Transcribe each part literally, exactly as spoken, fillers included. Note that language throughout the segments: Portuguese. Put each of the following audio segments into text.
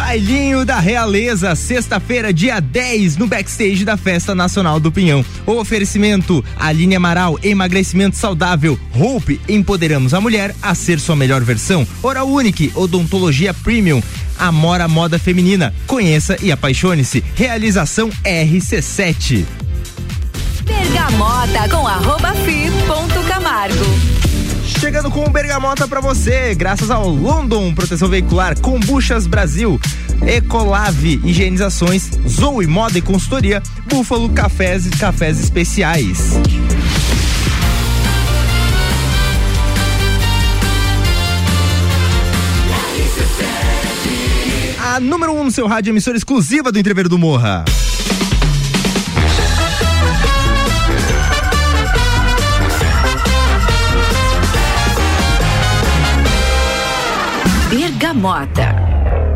Bailinho da Realeza, sexta-feira, dia dez, no backstage da Festa Nacional do Pinhão. O oferecimento: Aline Amaral, emagrecimento saudável. Hope, empoderamos a mulher a ser sua melhor versão. Oral Unique, odontologia premium. Amora Moda Feminina, conheça e apaixone-se. Realização R C sete. Bergamota com arroba fi ponto Camargo. Chegando com o Bergamota pra você, graças ao London Proteção Veicular, Kombuchas Brasil, Ecolave Higienizações, Zoe Moda e Consultoria, Búfalo Cafés e Cafés Especiais. A número um no seu rádio, emissora exclusiva do Entreveiro do Morra. Bergamota.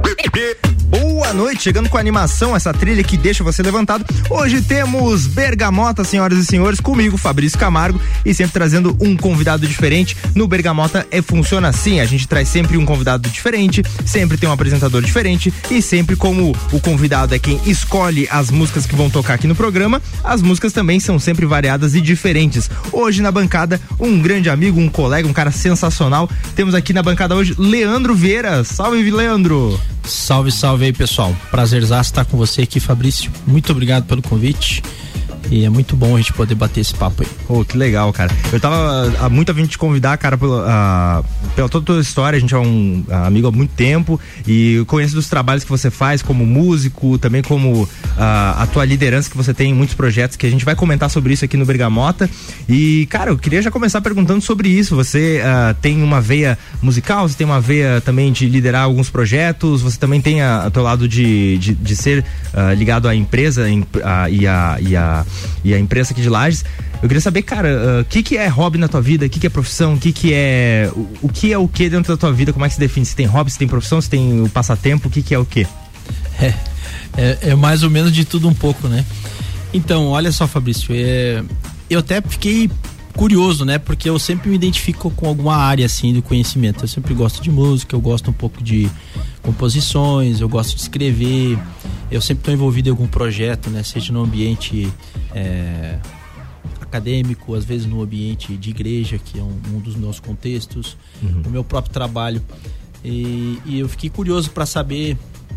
Boa noite, chegando com a animação, essa trilha que deixa você levantado. Hoje temos Bergamota, senhoras e senhores, comigo, Fabrício Camargo, e sempre trazendo um convidado diferente. No Bergamota é, funciona assim, a gente traz sempre um convidado diferente, sempre tem um apresentador diferente, e sempre como o convidado é quem escolhe as músicas que vão tocar aqui no programa, as músicas também são sempre variadas e diferentes. Hoje na bancada, um grande amigo, um colega, um cara sensacional. Temos aqui na bancada hoje Leandro Vieira. Salve, Leandro! Salve, salve aí, pessoal. Prazerzaço estar com você aqui, Fabrício. Muito obrigado pelo convite. E é muito bom a gente poder bater esse papo aí. Oh, que legal, cara. Eu tava há muito a fim de te convidar, cara, pela, uh, pela toda a tua história. A gente é um uh, amigo há muito tempo e eu conheço dos trabalhos que você faz como músico, também como uh, a tua liderança que você tem em muitos projetos, que a gente vai comentar sobre isso aqui no Bergamota. E, cara, eu queria já começar perguntando sobre isso. Você uh, tem uma veia musical, você tem uma veia também de liderar alguns projetos, você também tem a, a teu lado de, de, de ser uh, ligado à empresa em, uh, e a, e a e a imprensa aqui de Lages. Eu queria saber, cara, o uh, que que é hobby na tua vida, o que que é profissão, o que que é o, o que é o que dentro da tua vida, como é que se define? Se tem hobby, se tem profissão, se tem o passatempo, o que que é o que? É, é, é mais ou menos de tudo um pouco, né? Então, olha só, Fabrício, é, eu até fiquei curioso, né? Porque eu sempre me identifico com alguma área, assim, do conhecimento. Eu sempre gosto de música, eu gosto um pouco de composições, eu gosto de escrever, eu sempre estou envolvido em algum projeto, né? Seja no ambiente é, acadêmico, às vezes no ambiente de igreja, que é um, um dos meus contextos, uhum. no meu próprio trabalho. E, e eu fiquei curioso para saber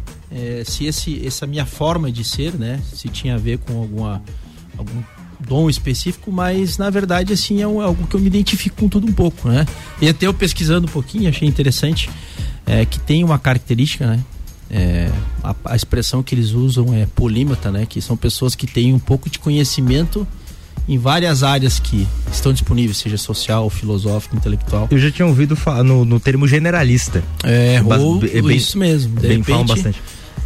é, se esse, essa minha forma de ser, né? Se tinha a ver com alguma, algum dom específico, mas na verdade assim é um, algo que eu me identifico com tudo um pouco, né? E até eu pesquisando um pouquinho, achei interessante é, que tem uma característica, né? É, a, a expressão que eles usam é polímata, né? Que são pessoas que têm um pouco de conhecimento em várias áreas que estão disponíveis, seja social, filosófico, intelectual. Eu já tinha ouvido falar no, no termo generalista. É, ou, é bem, isso mesmo. De bem repente, falam bastante.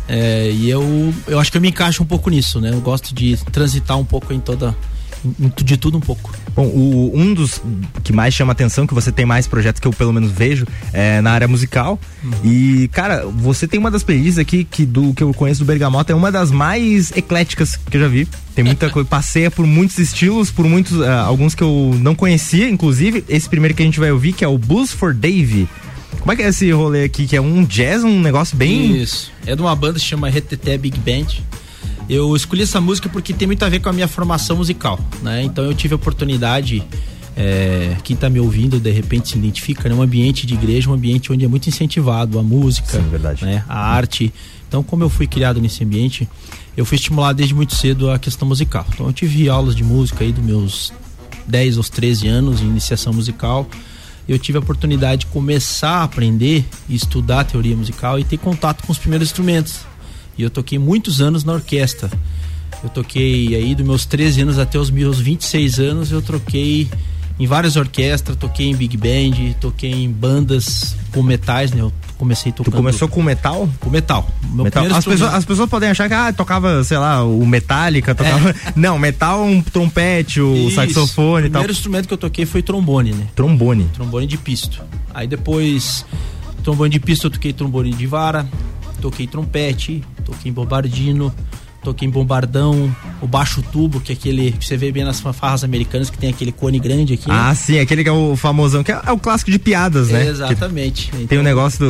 É, e eu, eu acho que eu me encaixo um pouco nisso, né? Eu gosto de transitar um pouco em toda, em, de tudo um pouco. Bom, o, um dos que mais chama atenção, que você tem mais projetos que eu pelo menos vejo, é na área musical. Uhum. E, cara, você tem uma das playlists aqui que, do, que eu conheço do Bergamota, é uma das mais ecléticas que eu já vi. Tem muita coisa, passeia por muitos estilos, por muitos, uh, alguns que eu não conhecia, inclusive. Esse primeiro que a gente vai ouvir, que é o Blues for Dave. Como é que é esse rolê aqui? Que é um jazz, um negócio bem... Isso, é de uma banda que se chama Reteté Big Band. Eu escolhi essa música porque tem muito a ver com a minha formação musical, né? Então eu tive a oportunidade, é, quem tá me ouvindo de repente se identifica, né? Um ambiente de igreja, um ambiente onde é muito incentivado a música, sim, verdade. Né? A arte. Então, como eu fui criado nesse ambiente, eu fui estimulado desde muito cedo a questão musical. Então eu tive aulas de música aí dos meus dez aos treze anos, iniciação musical. Eu tive a oportunidade de começar a aprender e estudar teoria musical e ter contato com os primeiros instrumentos. E eu toquei muitos anos na orquestra. Eu toquei aí dos meus treze anos até os meus vinte e seis anos, eu troquei em várias orquestras, toquei em big band, toquei em bandas com metais, né? Eu comecei tocando... Tu começou com metal? Com metal. Meu metal. As, pessoas, as pessoas podem achar que ah, tocava, sei lá, o Metallica, tocava... É. Não, metal, um trompete, o Isso. saxofone e tal. O primeiro instrumento que eu toquei foi trombone, né? Trombone. Trombone de pisto. Aí depois, trombone de pisto eu toquei trombone de vara, toquei trompete, toquei bombardino, toquei em bombardão, o baixo tubo, que é aquele que você vê bem nas fanfarras americanas, que tem aquele cone grande aqui. Ah, né? Sim, aquele que é o famosão, que é, é o clássico de piadas, né? Exatamente. Que então, tem o um negócio do...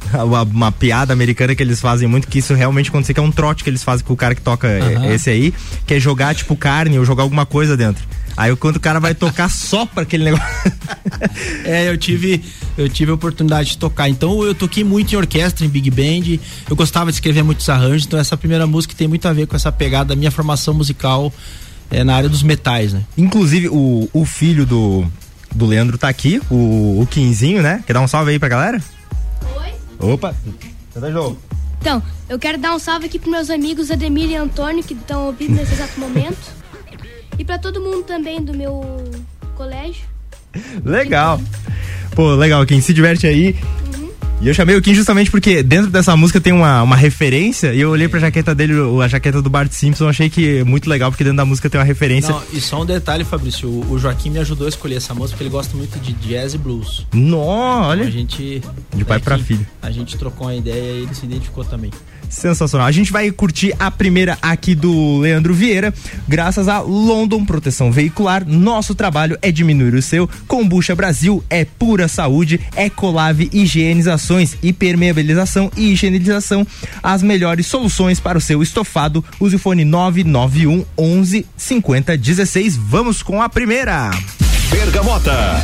uma, uma piada americana que eles fazem muito, que isso realmente acontece, que é um trote que eles fazem com o cara que toca uhum. esse aí, que é jogar tipo carne ou jogar alguma coisa dentro. Aí quando o cara vai tocar, sopra aquele negócio. É, eu tive, eu tive a oportunidade de tocar. Então eu toquei muito em orquestra, em big band. Eu gostava de escrever muitos arranjos. Então essa primeira música tem muito a ver com essa pegada da minha formação musical é, na área dos metais, né? Inclusive o, o filho do, do Leandro tá aqui, o, o Quinzinho, né? Quer dar um salve aí pra galera? Oi. Opa, tá jogo. Então, eu quero dar um salve aqui pros meus amigos Ademir e Antônio, que estão ouvindo nesse exato momento. E pra todo mundo também do meu colégio. Legal. Pô, legal, Kim, se diverte aí. Uhum. E eu chamei o Kim justamente porque dentro dessa música tem uma, uma referência, e eu olhei pra jaqueta dele, a jaqueta do Bart Simpson, achei que muito legal, porque dentro da música tem uma referência. Não, e só um detalhe, Fabrício, o, o Joaquim me ajudou a escolher essa música, porque ele gosta muito de jazz e blues. Nossa, olha. Então a gente... De pai pra filho. A gente trocou uma ideia e ele se identificou também. Sensacional. A gente vai curtir a primeira aqui do Leandro Vieira, graças a London Proteção Veicular. Nosso trabalho é diminuir o seu. Kombucha Brasil é pura saúde. Ecolave Higienizações, hipermeabilização e higienização. As melhores soluções para o seu estofado. Use o fone nove nove um onze cinquenta dezesseis. Vamos com a primeira. Bergamota.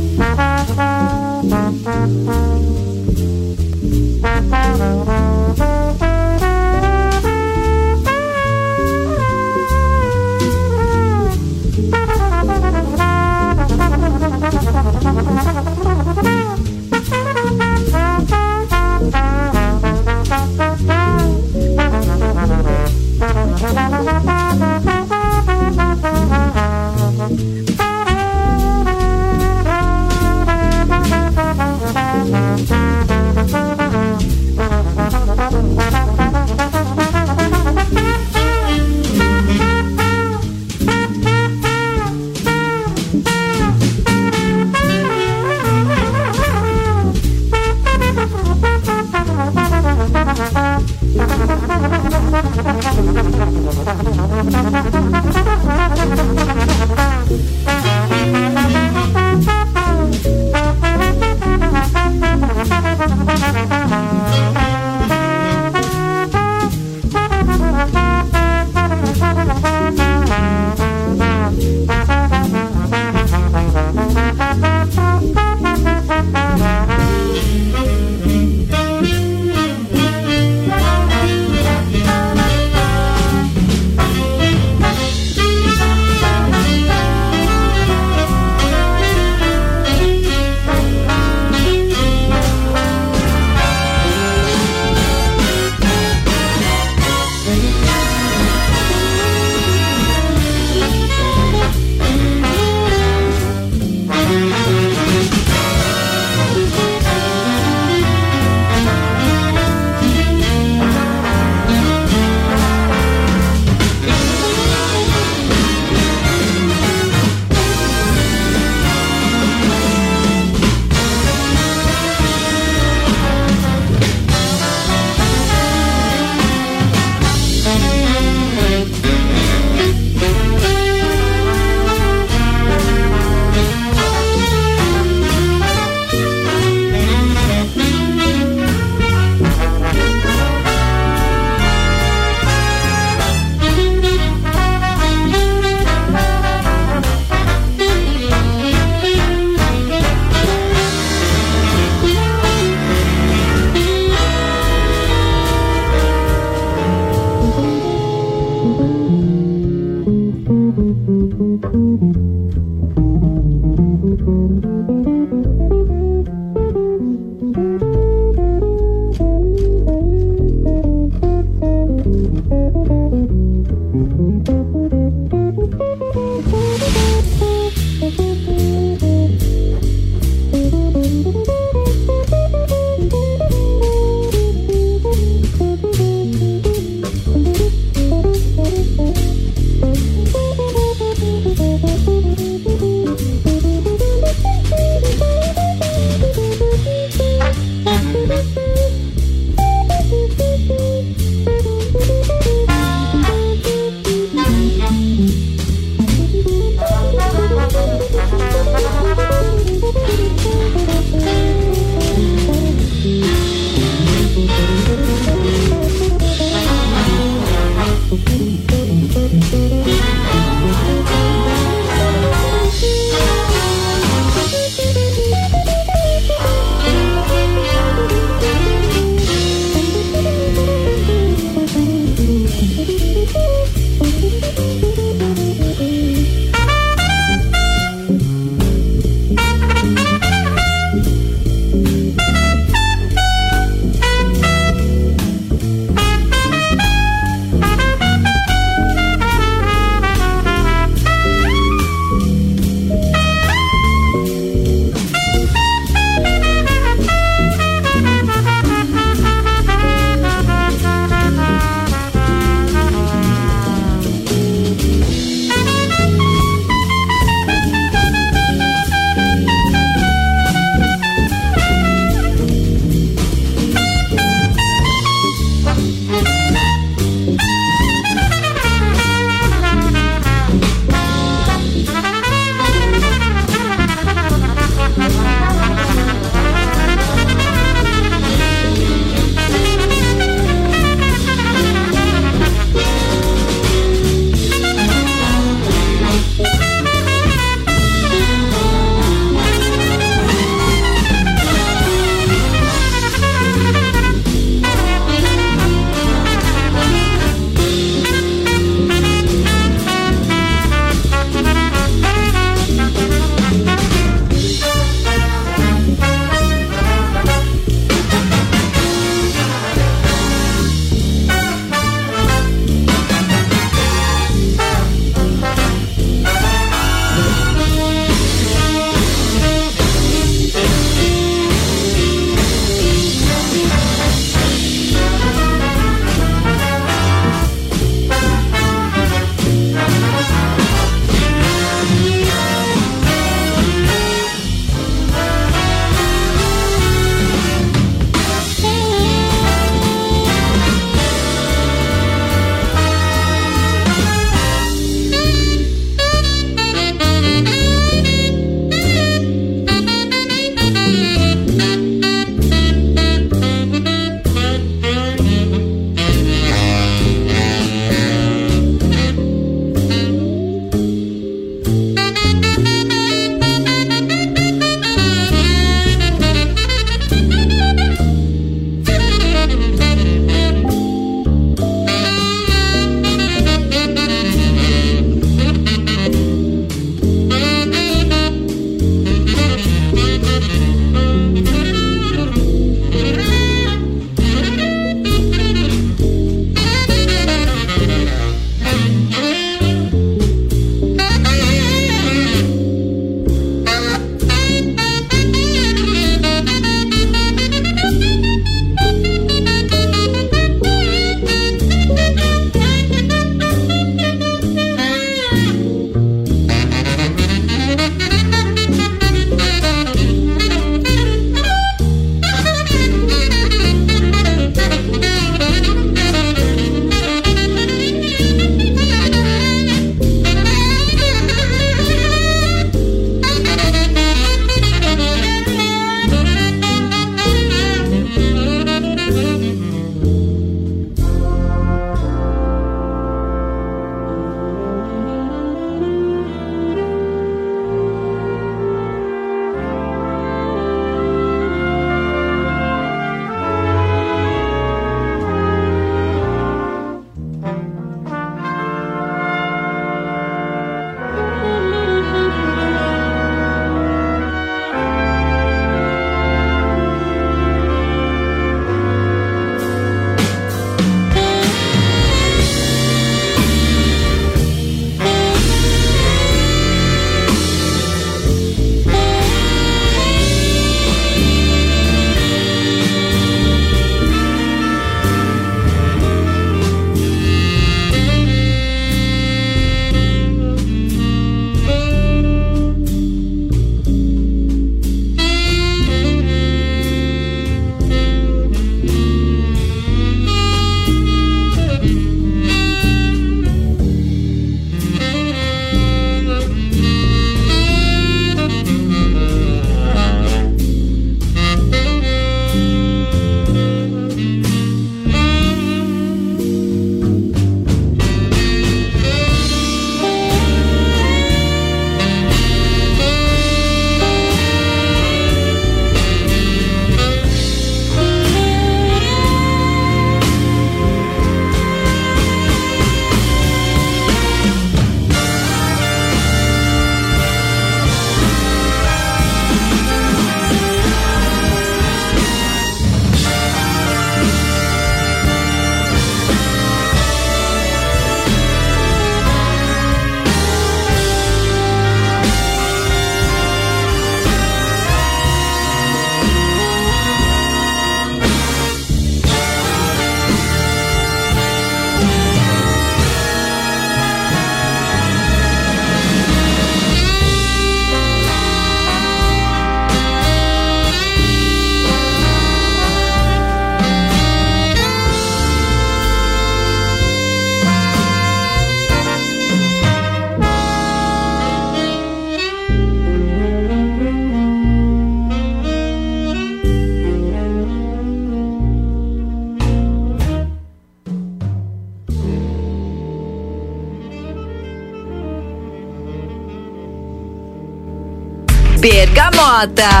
Bergamota.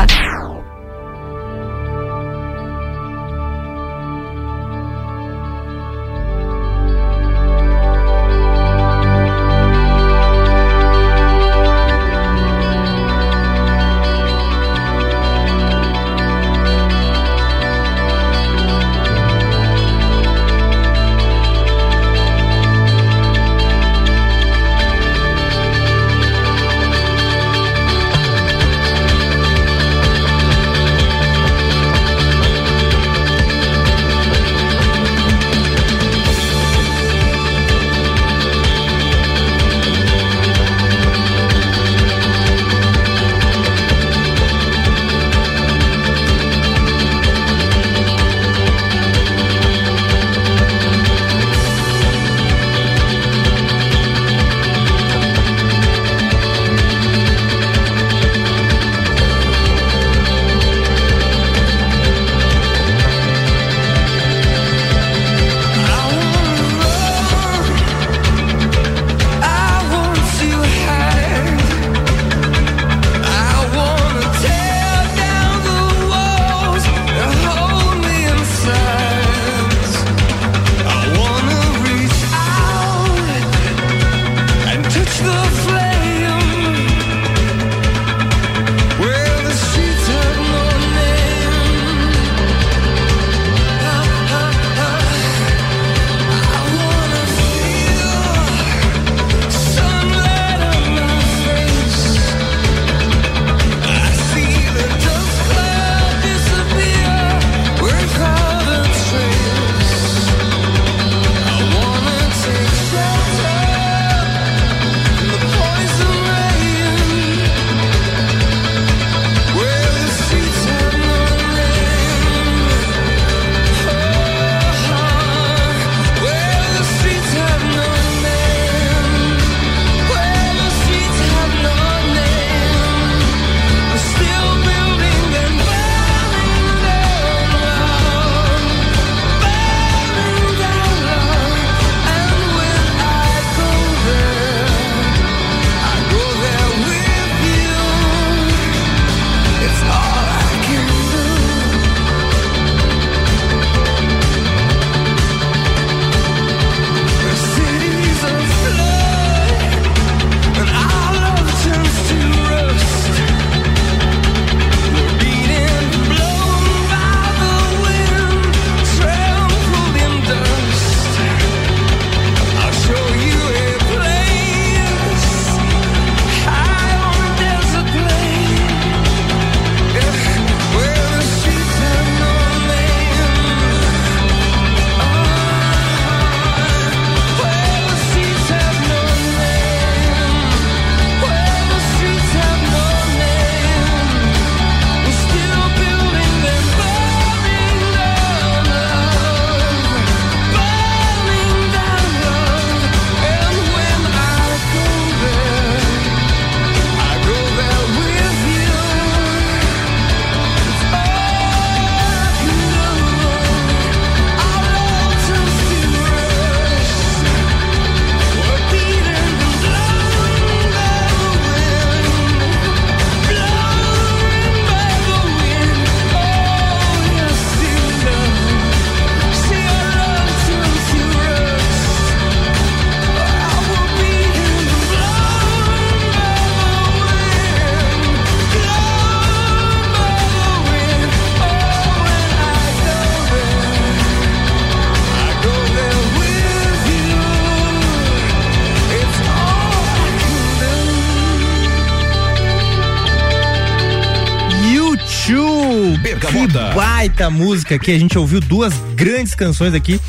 Que baita música aqui, a gente ouviu duas grandes canções aqui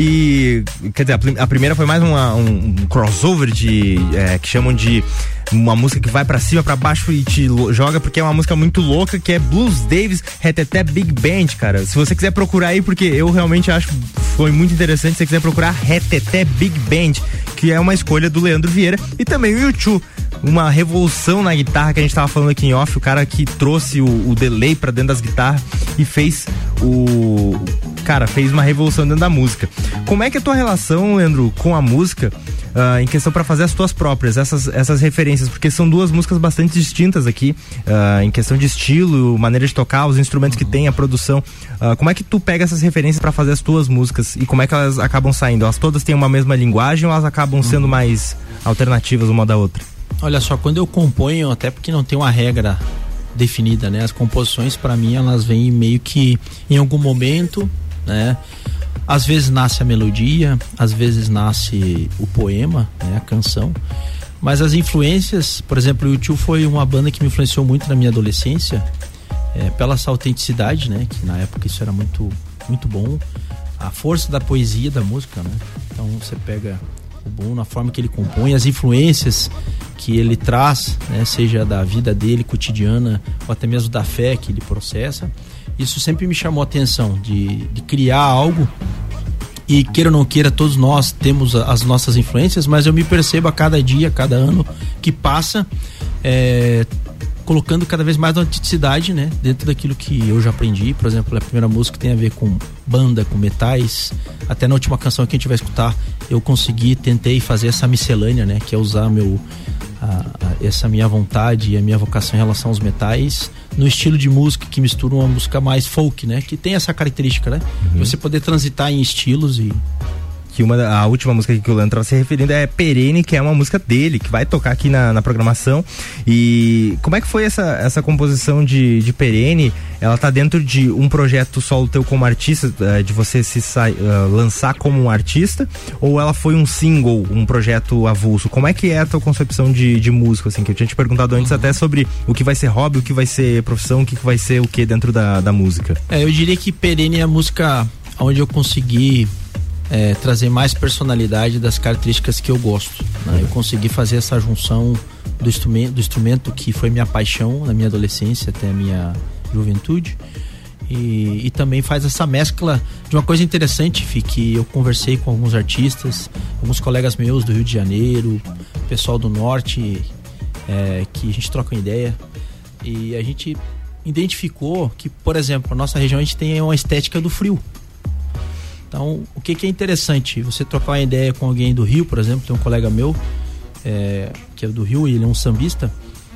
e, quer dizer, a, a primeira foi mais uma, um, um crossover de, é, que chamam de uma música que vai pra cima, pra baixo e te joga, porque é uma música muito louca, que é Blues Davis Reteté Big Band, cara. Se você quiser procurar aí, porque eu realmente acho que foi muito interessante, se você quiser procurar Reteté Big Band, que é uma escolha do Leandro Vieira, e também o U dois, uma revolução na guitarra que a gente tava falando aqui em off, o cara que trouxe o, o delay pra dentro das guitarras e fez o... cara, fez uma revolução dentro da música. Como é que é a tua relação, Leandro, com a música? uh, em questão para fazer as tuas próprias, essas, essas referências, porque são duas músicas bastante distintas aqui, uh, em questão de estilo, maneira de tocar, os instrumentos que tem, a produção. Uh, como é que tu pega essas referências para fazer as tuas músicas e como é que elas acabam saindo? Elas todas têm uma mesma linguagem ou elas acabam sendo mais alternativas uma da outra? Olha só, quando eu componho, até porque não tem uma regra definida, né? As composições, para mim, elas vêm meio que em algum momento, né? Às vezes nasce a melodia, às vezes nasce o poema, né? A canção. Mas as influências, por exemplo, o U dois foi uma banda que me influenciou muito na minha adolescência, é, pela essa autenticidade, né? Que na época isso era muito, muito bom. A força da poesia da música, né? Então você pega o Bono, a forma que ele compõe, as influências que ele traz, né? Seja da vida dele cotidiana ou até mesmo da fé que ele processa. Isso sempre me chamou a atenção de, de criar algo. E queira ou não queira, todos nós temos as nossas influências, mas eu me percebo a cada dia, a cada ano que passa, é, colocando cada vez mais autenticidade, né, dentro daquilo que eu já aprendi. Por exemplo, a primeira música tem a ver com banda, com metais. Até na última canção que a gente vai escutar, eu consegui, tentei fazer essa miscelânea, né, que é usar meu, a, a, essa minha vontade e a minha vocação em relação aos metais no estilo de música que mistura uma música mais folk, né, que tem essa característica, né, uhum. Você poder transitar em estilos. E que uma, a última música que o Leandro estava se referindo é Perene, que é uma música dele, que vai tocar aqui na, na programação. E como é que foi essa, essa composição de, de Perene? Ela tá dentro de um projeto solo teu como artista, de você se uh, lançar como um artista, ou ela foi um single, um projeto avulso? Como é que é a tua concepção de, de músico, assim, que eu tinha te perguntado antes, uhum. até sobre o que vai ser hobby, o que vai ser profissão, o que vai ser o que dentro da, da música? É, eu diria que Perene é a música onde eu consegui É, trazer mais personalidade das características que eu gosto, né? Eu consegui fazer essa junção do instrumento, do instrumento que foi minha paixão na minha adolescência até a minha juventude, e, e também faz essa mescla de uma coisa interessante, Fih, que eu conversei com alguns artistas, alguns colegas meus do Rio de Janeiro, pessoal do norte, é, que a gente troca uma ideia e a gente identificou que, por exemplo, a nossa região a gente tem uma estética do frio. Então, o que, que é interessante? Você trocar uma ideia com alguém do Rio, por exemplo, tem um colega meu, é, que é do Rio, e ele é um sambista,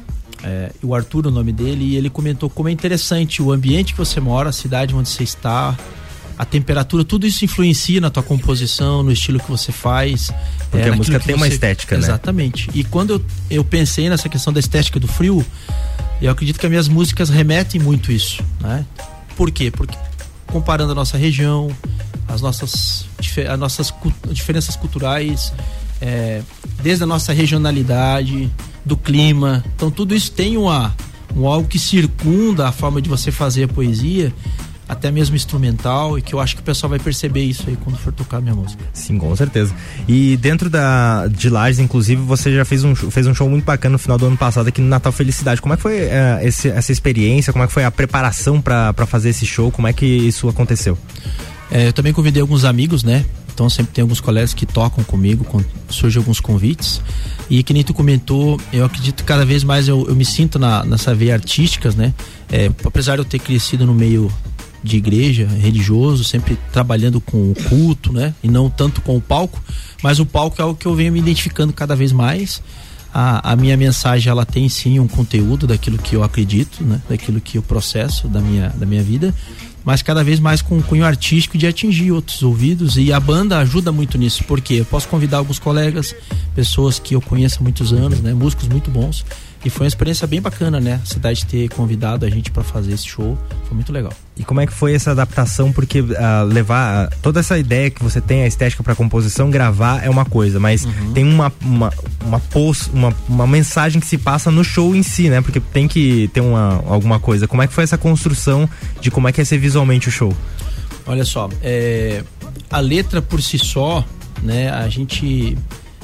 é, o Arthur, o nome dele, e ele comentou como é interessante o ambiente que você mora, a cidade onde você está, a temperatura, tudo isso influencia na tua composição, no estilo que você faz. Porque é, a música tem você... uma estética, né? Exatamente. E quando eu, eu pensei nessa questão da estética do frio, eu acredito que as minhas músicas remetem muito isso, né? Por quê? Porque comparando a nossa região, as nossas, as nossas diferenças culturais, é, desde a nossa regionalidade, do clima, então tudo isso tem uma, um algo que circunda a forma de você fazer a poesia, até mesmo instrumental, e que eu acho que o pessoal vai perceber isso aí quando for tocar a minha música. Sim, com certeza. E dentro da, de Lages, inclusive, você já fez um, fez um show muito bacana no final do ano passado aqui no Natal Felicidade. Como é que foi uh, esse, essa experiência? Como é que foi a preparação para fazer esse show? Como é que isso aconteceu? É, eu também convidei alguns amigos, né? Então sempre tem alguns colegas que tocam comigo, com, surgem alguns convites. E que nem tu comentou, eu acredito que cada vez mais eu, eu me sinto na, nessa veia artística, né? É, apesar de eu ter crescido no meio de igreja, religioso, sempre trabalhando com o culto, né? E não tanto com o palco, mas o palco é algo que eu venho me identificando cada vez mais. A, a minha mensagem, ela tem sim um conteúdo daquilo que eu acredito, né? Daquilo que eu processo da minha, da minha vida, mas cada vez mais com um cunho artístico de atingir outros ouvidos, e a banda ajuda muito nisso, porque eu posso convidar alguns colegas, pessoas que eu conheço há muitos anos, né? Músicos muito bons, e foi uma experiência bem bacana, né? A cidade ter convidado a gente para fazer esse show, foi muito legal. E como é que foi essa adaptação? Porque uh, levar uh, toda essa ideia que você tem, a estética para composição, gravar é uma coisa, mas uhum. tem uma uma, uma, post, uma uma mensagem que se passa no show em si, né? Porque tem que ter uma, alguma coisa. Como é que foi essa construção de como é que ia ser visualmente o show? Olha só, é, a letra por si só, né? A gente,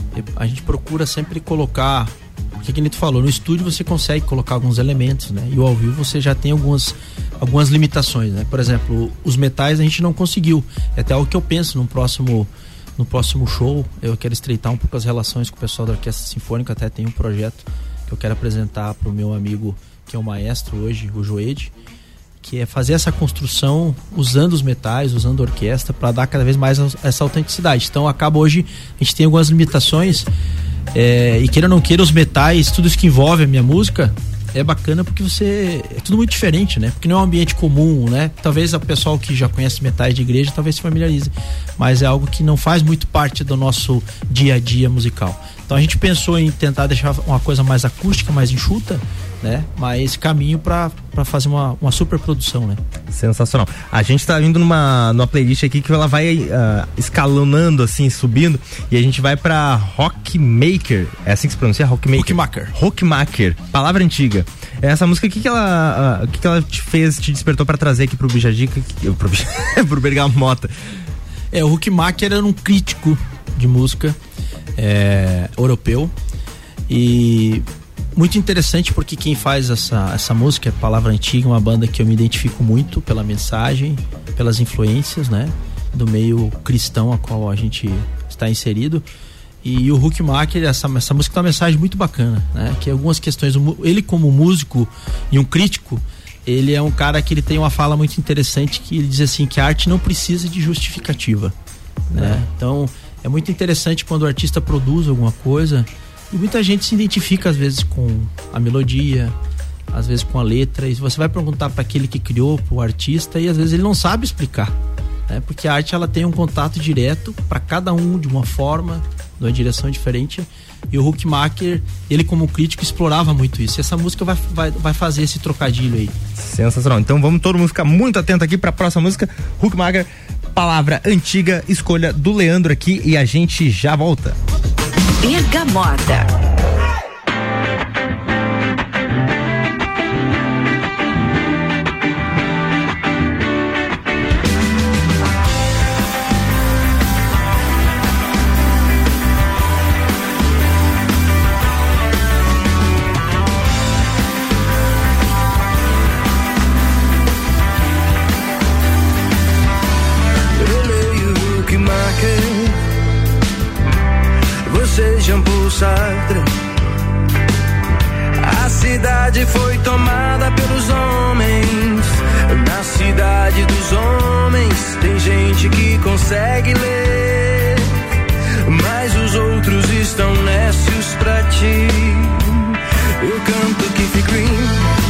a gente procura sempre colocar, porque que nem tu falou, no estúdio você consegue colocar alguns elementos, né? E o ao vivo você já tem algumas, algumas limitações, né? Por exemplo, os metais a gente não conseguiu. É até o que eu penso no próximo, no próximo show. Eu quero estreitar um pouco as relações com o pessoal da Orquestra Sinfônica. Até tem um projeto que eu quero apresentar pro meu amigo, que é o maestro hoje, o Joede, que é fazer essa construção usando os metais, usando a orquestra, para dar cada vez mais essa autenticidade. Então acaba hoje, a gente tem algumas limitações, é, e queira ou não queira, os metais, tudo isso que envolve a minha música, é bacana porque você, é tudo muito diferente, né? Porque não é um ambiente comum, né? Talvez o pessoal que já conhece metais de igreja talvez se familiarize, mas é algo que não faz muito parte do nosso dia a dia musical. Então a gente pensou em tentar deixar uma coisa mais acústica, mais enxuta, né? Mas esse caminho para fazer uma, uma super produção, né? Sensacional. A gente tá vindo numa, numa playlist aqui que ela vai uh, escalonando, assim, subindo, e a gente vai pra Rockmaker. É assim que se pronuncia? Rockmaker? Rockmaker. Rockmaker. Palavra antiga. Essa música, o que que ela, uh, o que que ela te fez, te despertou pra trazer aqui pro Bijadica, pro, pro Bergamota? É, o Rockmaker era um crítico de música é, europeu, e muito interessante porque quem faz essa, essa música é Palavra Antiga, uma banda que eu me identifico muito pela mensagem, pelas influências, né, do meio cristão a qual a gente está inserido. E o Rockmaker, essa, essa música tem uma mensagem muito bacana, né, que algumas questões, ele como músico e um crítico, ele é um cara que ele tem uma fala muito interessante, que ele diz assim, que a arte não precisa de justificativa, né? Então é muito interessante quando o artista produz alguma coisa, e muita gente se identifica às vezes com a melodia, às vezes com a letra, e você vai perguntar para aquele que criou, pro artista, e às vezes ele não sabe explicar, né? Porque a arte, ela tem um contato direto para cada um de uma forma, de uma direção diferente, e o Rockmaker, ele como crítico explorava muito isso, e essa música vai, vai, vai fazer esse trocadilho aí. Sensacional. Então vamos todo mundo ficar muito atento aqui para a próxima música, Rockmaker, Palavra Antiga, escolha do Leandro aqui, e a gente já volta. Bergamota. Jean-Paul Sartre. A cidade foi tomada pelos homens. Na cidade dos homens tem gente que consegue ler, mas os outros estão nécios pra ti. Eu canto Keith Green,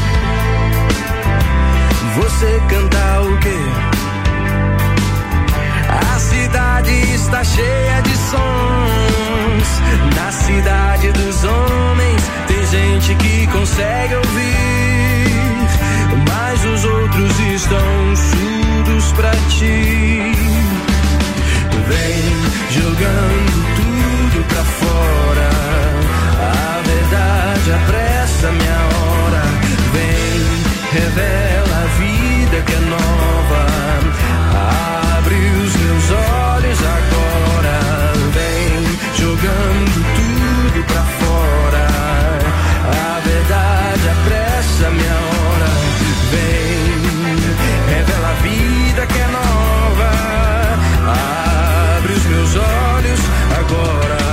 você canta o quê? A cidade está cheia de sons. Na cidade dos homens tem gente que consegue ouvir, mas os outros estão surdos pra ti. Vem jogando tudo pra fora, a verdade apressa minha hora. Vem, revela a vida que é nova, abre os meus olhos agora. Vem jogando tudo pra fora, a verdade apressa minha hora. Vem, revela a vida que é nova, abre os meus olhos agora.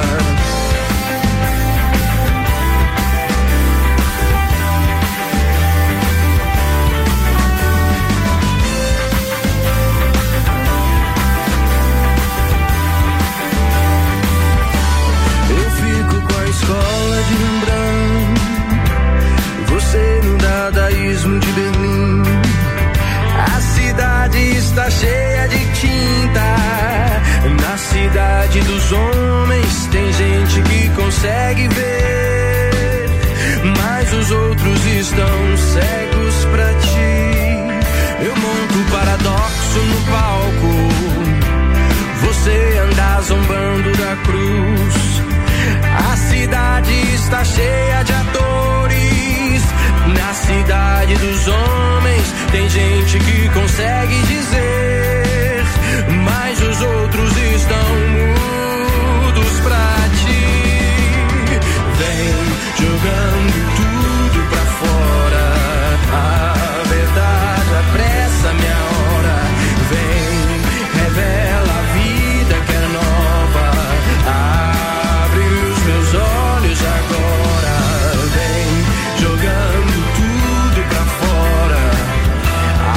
Escola de Rembrandt, você no dadaísmo de Berlim. A cidade está cheia de tinta. Na cidade dos homens tem gente que consegue ver, mas os outros estão cegos pra ti. Eu monto paradoxo no palco, você anda zombando da cruz. A cidade está cheia de atores. Na cidade dos homens tem gente que consegue dizer, mas os outros estão mudos pra ti. Vem jogando tudo pra fora, a verdade apressa minha hora. Vem, revela a vida que é nova, abre os meus olhos agora. Vem jogando tudo pra fora,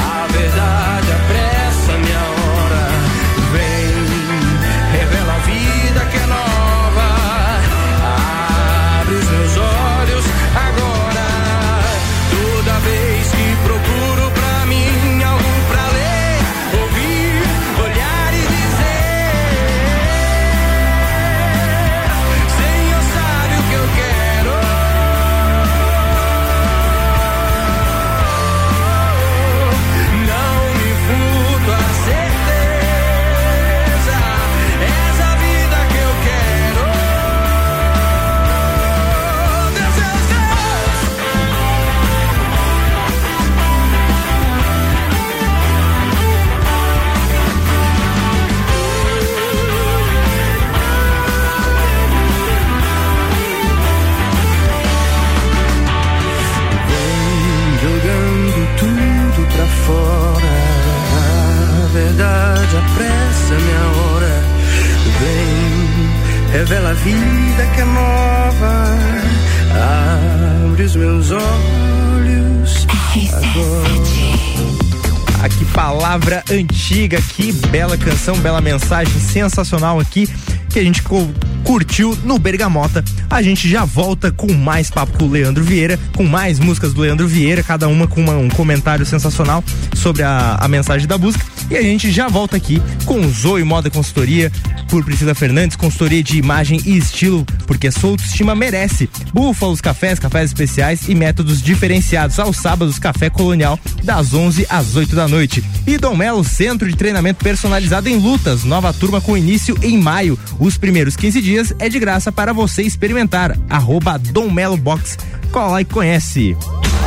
revela a vida que é nova, abre os meus olhos agora. Ah, que palavra antiga, que bela canção, bela mensagem sensacional aqui que a gente co- curtiu no Bergamota. A gente já volta com mais papo com o Leandro Vieira, com mais músicas do Leandro Vieira, cada uma com uma, um comentário sensacional sobre a, a mensagem da música. E a gente já volta aqui com o Zoe Moda Consultoria, por Priscila Fernandes, consultoria de imagem e estilo, porque a sua autoestima merece. Búfalos Cafés, cafés especiais e métodos diferenciados. Aos sábados, Café Colonial, das onze às oito da noite. E Dom Melo, centro de treinamento personalizado em lutas, nova turma com início em maio. Os primeiros quinze dias é de graça para você experimentar. Arroba Dom Melo Box. Cola e conhece.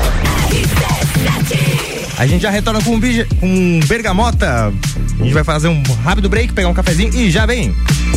A gente já retorna com um, bija, com um Bergamota. A gente vai fazer um rápido break, pegar um cafezinho e já vem.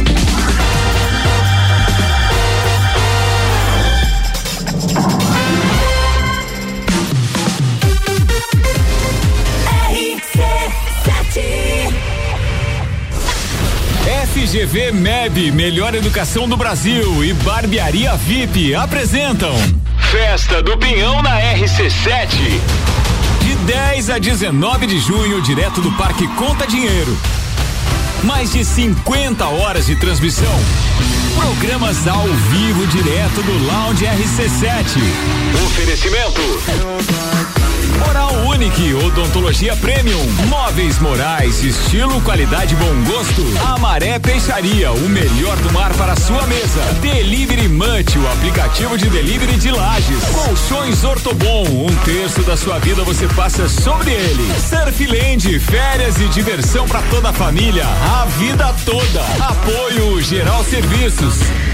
F G V M E B, melhor educação do Brasil, e Barbearia V I P apresentam Festa do Pinhão na R C sete. De dez a dezenove de junho, direto do Parque Conta Dinheiro. Mais de cinquenta horas de transmissão. Programas ao vivo direto do Lounge R C sete. Oferecimento Oral Unique, odontologia premium, móveis Morais, estilo, qualidade, bom gosto. Amaré Peixaria, o melhor do mar para a sua mesa. Delivery Munch, o aplicativo de delivery de Lages. Colchões Ortobon, um terço da sua vida você passa sobre ele. Surfland, férias e diversão para toda a família, a vida toda. Apoio Geral Serviços.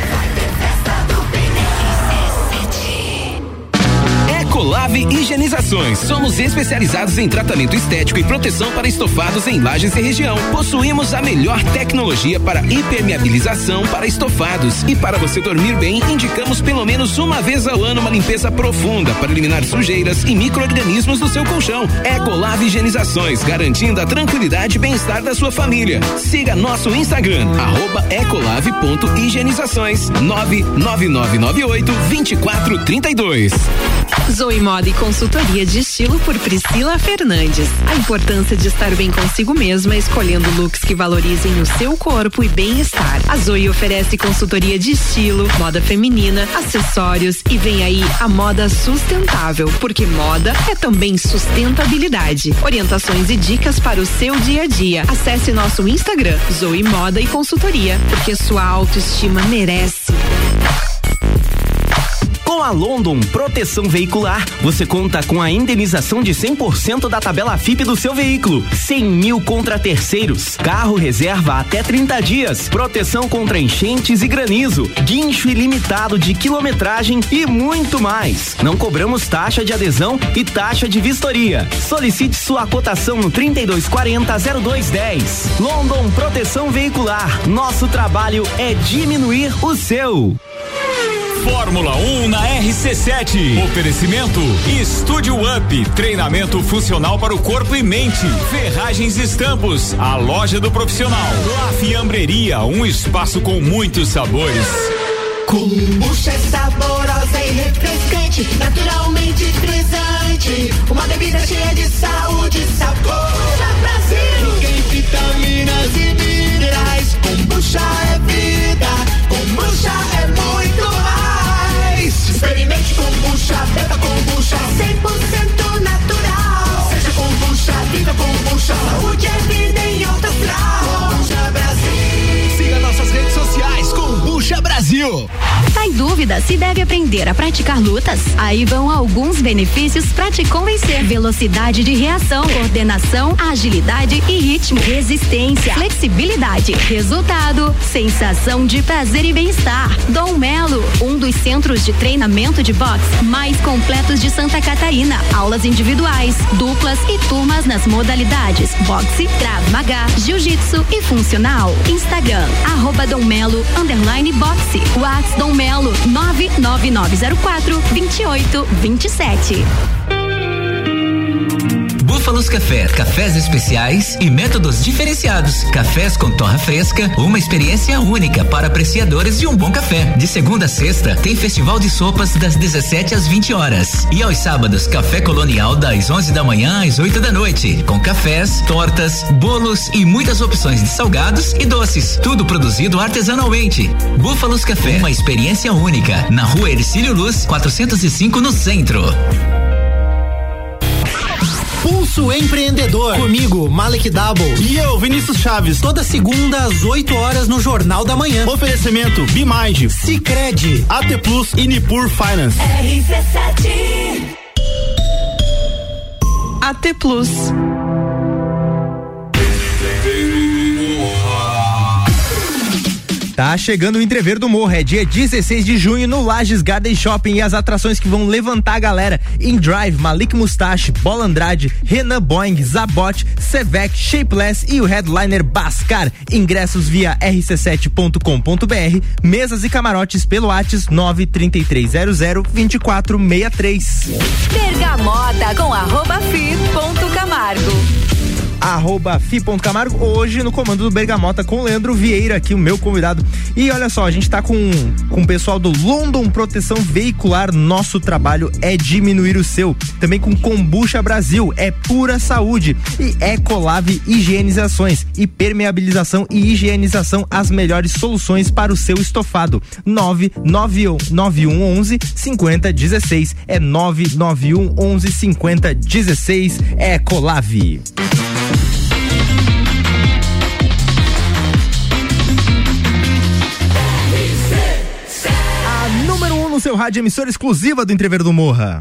Ecolave Higienizações. Somos especializados em tratamento estético e proteção para estofados em Lages e região. Possuímos a melhor tecnologia para impermeabilização para estofados. E para você dormir bem, indicamos pelo menos uma vez ao ano uma limpeza profunda para eliminar sujeiras e micro-organismos do seu colchão. Ecolave Higienizações, garantindo a tranquilidade e bem-estar da sua família. Siga nosso Instagram, arroba ecolave ponto higienizações. nove nove nove nove oito, dois quatro três dois. Zoe Moda e Consultoria de Estilo por Priscila Fernandes. A importância de estar bem consigo mesma, escolhendo looks que valorizem o seu corpo e bem-estar. A Zoe oferece consultoria de estilo, moda feminina, acessórios e vem aí a moda sustentável, porque moda é também sustentabilidade. Orientações e dicas para o seu dia a dia. Acesse nosso Instagram, Zoe Moda e Consultoria, porque sua autoestima merece. Com a London Proteção Veicular, você conta com a indenização de cem por cento da tabela F I P do seu veículo, cem mil contra terceiros, carro reserva até trinta dias, proteção contra enchentes e granizo, guincho ilimitado de quilometragem e muito mais. Não cobramos taxa de adesão e taxa de vistoria. Solicite sua cotação no trinta e dois quarenta, zero dois dez. London Proteção Veicular, nosso trabalho é diminuir o seu. Fórmula um na R C sete. Oferecimento Estúdio Up, treinamento funcional para o corpo e mente. Ferragens e Estampos, a loja do profissional. La Fiambreria, um espaço com muitos sabores. Kombucha é saborosa e refrescante, naturalmente frisante. Uma bebida cheia de saúde e sabor. Brasil, tem vitaminas e minerais. Kombucha é vida, kombucha é muito mais. Experimente kombucha, beba kombucha, cem por cento natural. Seja kombucha, vida kombucha, saúde é vida em alto astral. Kombucha Brasil. Siga nossas redes sociais, Kombucha Brasil. Tá em dúvida se deve aprender a praticar lutas? Aí vão alguns benefícios pra te convencer: velocidade de reação, coordenação, agilidade e ritmo, resistência, flexibilidade, resultado, sensação de prazer e bem-estar. Dom Melo, um dos centros de treinamento de boxe mais completos de Santa Catarina. Aulas individuais, duplas e turmas nas modalidades boxe, Krav Maga, jiu-jitsu e funcional. Instagram, arroba Dom Melo, underline boxe. WhatsApp Dom Melo, nove nove nove zero quatro, dois oito dois sete. Búfalos Café, cafés especiais e métodos diferenciados. Cafés com torra fresca, uma experiência única para apreciadores de um bom café. De segunda a sexta, tem festival de sopas das dezessete às vinte horas. E aos sábados, café colonial das onze da manhã às oito da noite. Com cafés, tortas, bolos e muitas opções de salgados e doces. Tudo produzido artesanalmente. Búfalos Café, uma experiência única. Na rua Ercílio Luz, quatrocentos e cinco no centro. Pulso Empreendedor. Comigo, Malek Double. E eu, Vinícius Chaves. Toda segunda às oito horas no Jornal da Manhã. Oferecimento Bimind, Sicredi, A T Plus e Nipur Finance. R C sete. A T Plus. Tá chegando o Entrever do Morro, é dia dezesseis de junho no Lages Garden Shopping e as atrações que vão levantar a galera: In Drive, Malik Mustache, Bola Andrade, Renan Boing, Zabot, Sevec, Shapeless e o headliner Bascar. Ingressos via r c sete ponto com ponto b r, mesas e camarotes pelo WhatsApp nove três três zero zero dois quatro seis três. Bergamota com arroba fi ponto camargo. Arroba fi.camargo, hoje no comando do Bergamota com o Leandro Vieira, aqui o meu convidado. E olha só, a gente tá com, com o pessoal do London Proteção Veicular. Nosso trabalho é diminuir o seu. Também com Kombucha Brasil, é pura saúde. E Ecolave Higienizações e permeabilização e higienização, as melhores soluções para o seu estofado. nove nove um nove um onze cinco zero um seis, é nove nove um onze cinco zero um seis, Ecolave. No seu rádio, emissora exclusiva do Entrever do Morra.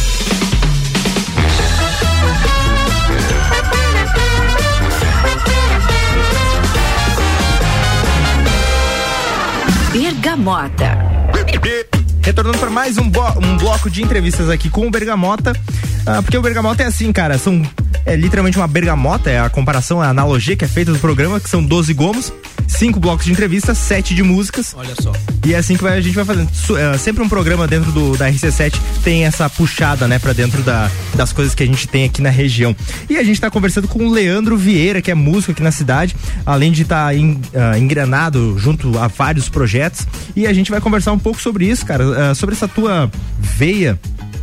Bergamota. Retornando para mais um, bo- um bloco de entrevistas aqui com o Bergamota, ah, porque o Bergamota é assim, cara, são é literalmente uma bergamota, é a comparação, a analogia que é feita do programa, que são doze gomos, cinco blocos de entrevistas, sete de músicas. Olha só. E é assim que vai, a gente vai fazendo. É, sempre um programa dentro do, da R C sete tem essa puxada, né, pra dentro da, das coisas que a gente tem aqui na região. E a gente tá conversando com o Leandro Vieira, que é músico aqui na cidade, além de estar tá in, uh, engrenado junto a vários projetos. E a gente vai conversar um pouco sobre isso, cara, uh, sobre essa tua veia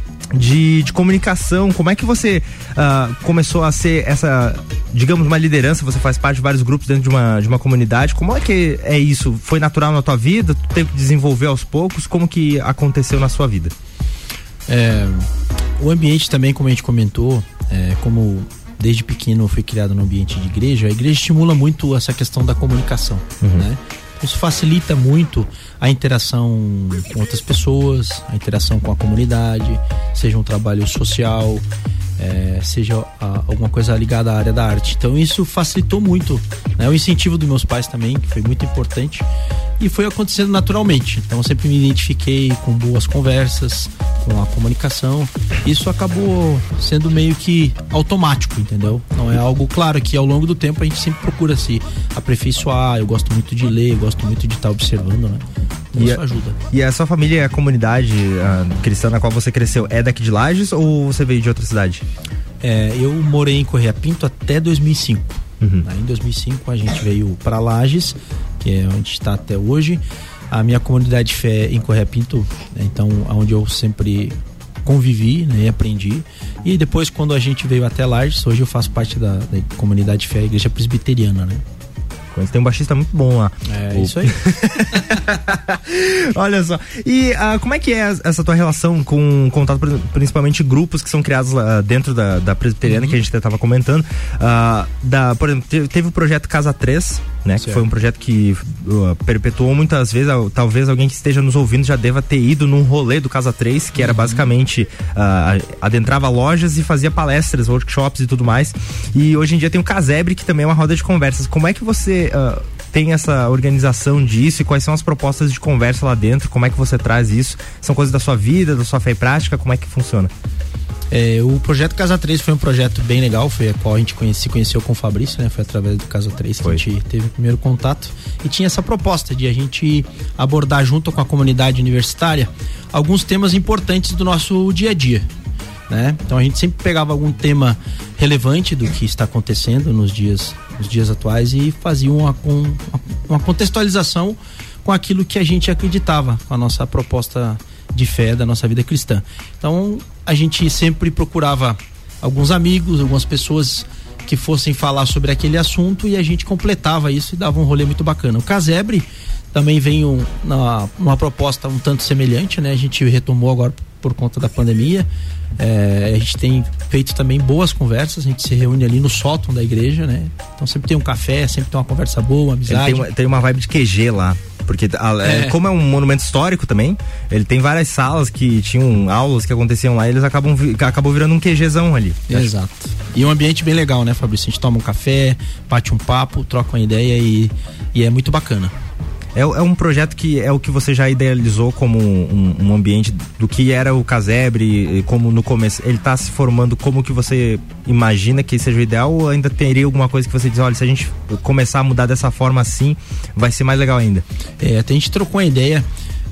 De, de comunicação. Como é que você uh, começou a ser essa, digamos, uma liderança? Você faz parte de vários grupos dentro de uma, de uma comunidade. Como é que é isso? Foi natural na tua vida? Tu teve que desenvolver aos poucos? Como que aconteceu na sua vida? É, o ambiente também, como a gente comentou, é, como desde pequeno eu fui criado no ambiente de igreja, a igreja estimula muito essa questão da comunicação, uhum. né? Isso facilita muito a interação com outras pessoas, a interação com a comunidade, seja um trabalho social, é, seja a, alguma coisa ligada à área da arte. Então isso facilitou muito, né? O incentivo dos meus pais também, que foi muito importante, e foi acontecendo naturalmente. Então eu sempre me identifiquei com boas conversas, com a comunicação. Isso acabou sendo meio que automático, entendeu? Não é algo, claro, que ao longo do tempo a gente sempre procura se aperfeiçoar. Eu gosto muito de ler, eu gosto muito de estar observando, né? Então, isso a, ajuda. E a sua família, a comunidade a cristã na qual você cresceu, é daqui de Lages ou você veio de outra cidade? É, eu morei em Correia Pinto até dois mil e cinco. Uhum. Aí, em dois mil e cinco a gente veio para Lages, que é onde está até hoje. A minha comunidade de fé em Correia Pinto, então, onde eu sempre convivi, né, e aprendi. E depois, quando a gente veio até Lages, hoje eu faço parte da, da comunidade de fé, a igreja presbiteriana, né? Tem um baixista muito bom lá. É, o... isso aí. Olha só. E uh, como é que é essa tua relação com contato, principalmente grupos que são criados lá dentro da, da presbiteriana, uhum. que a gente até estava comentando. Uh, da, por exemplo, teve, teve o projeto Casa três, né? Certo. Que foi um projeto que uh, perpetuou muitas vezes. Uh, talvez alguém que esteja nos ouvindo já deva ter ido num rolê do Casa três, que era uhum. basicamente uh, adentrava lojas e fazia palestras, workshops e tudo mais. E hoje em dia tem o Casebre, que também é uma roda de conversas. Como é que você Uh, tem essa organização disso e quais são as propostas de conversa lá dentro? Como é que você traz isso? São coisas da sua vida, da sua fé e prática? Como é que funciona? É, o projeto Casa três foi um projeto bem legal, foi a qual a gente conhece, se conheceu com o Fabrício, né? Foi através do Casa três que foi. A gente teve o primeiro contato e tinha essa proposta de a gente abordar junto com a comunidade universitária alguns temas importantes do nosso dia a dia. né? Então a gente sempre pegava algum tema relevante do que está acontecendo nos dias, nos dias atuais e fazia uma, uma contextualização com aquilo que a gente acreditava, com a nossa proposta de fé da nossa vida cristã. Então a gente sempre procurava alguns amigos, algumas pessoas que fossem falar sobre aquele assunto e a gente completava isso e dava um rolê muito bacana. O Casebre também veio na, numa proposta um tanto semelhante, né? A gente retomou agora por conta da pandemia. É, a gente tem feito também boas conversas, a gente se reúne ali no sótão da igreja, né? Então sempre tem um café, sempre tem uma conversa boa, uma amizade. Ele tem uma, tem uma vibe de Q G lá. Porque é. como é um monumento histórico também, ele tem várias salas que tinham aulas que aconteciam lá e eles acabam acabou virando um QGzão ali. Exato. E um ambiente bem legal, né, Fabrício? A gente toma um café, bate um papo, troca uma ideia e, e é muito bacana. É, é um projeto que é o que você já idealizou como um, um ambiente do que era o Casebre, como no começo, ele está se formando como que você imagina que seja o ideal, ou ainda teria alguma coisa que você diz, olha, se a gente começar a mudar dessa forma assim, vai ser mais legal ainda? É, até a gente trocou uma ideia,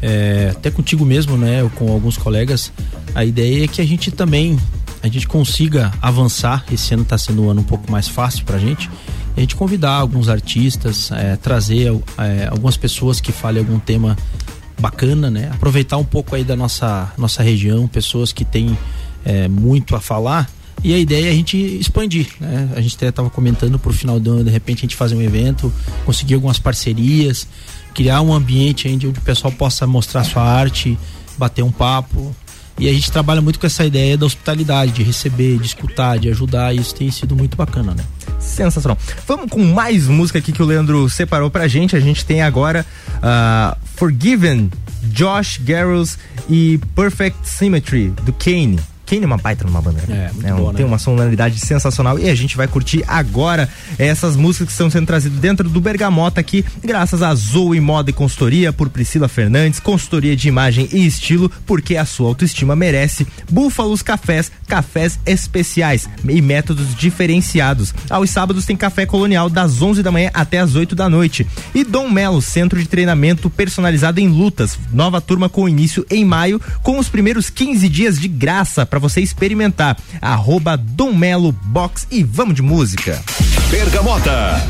é, até contigo mesmo, né, ou com alguns colegas, a ideia é que a gente também, a gente consiga avançar, esse ano está sendo um ano um pouco mais fácil pra gente, a gente convidar alguns artistas, é, trazer é, algumas pessoas que falem algum tema bacana, né? Aproveitar um pouco aí da nossa, nossa região, pessoas que têm é, muito a falar, e a ideia é a gente expandir, né? A gente até estava comentando pro final do ano, de repente a gente fazer um evento, conseguir algumas parcerias, criar um ambiente onde o pessoal possa mostrar sua arte, bater um papo. E a gente trabalha muito com essa ideia da hospitalidade, de receber, de escutar, de ajudar, e isso tem sido muito bacana, né? Sensacional. Vamos com mais música aqui que o Leandro separou pra gente. A gente tem agora uh, Forgiven, Josh Garrels e Perfect Symmetry, do Kane. Kane é uma baita numa banda, né? É, é um, boa, tem né? uma sonoridade sensacional e a gente vai curtir agora essas músicas que estão sendo trazidas dentro do Bergamota aqui, graças a Zoe Moda e Consultoria por Priscila Fernandes, consultoria de imagem e estilo, porque a sua autoestima merece. Búfalos Cafés, cafés especiais e métodos diferenciados. Aos sábados tem café colonial das onze da manhã até as oito da noite. E Dom Melo, centro de treinamento personalizado em lutas, nova turma com início em maio, com os primeiros quinze dias de graça para você experimentar. Arroba Dom Melo Box e vamos de música. Bergamota.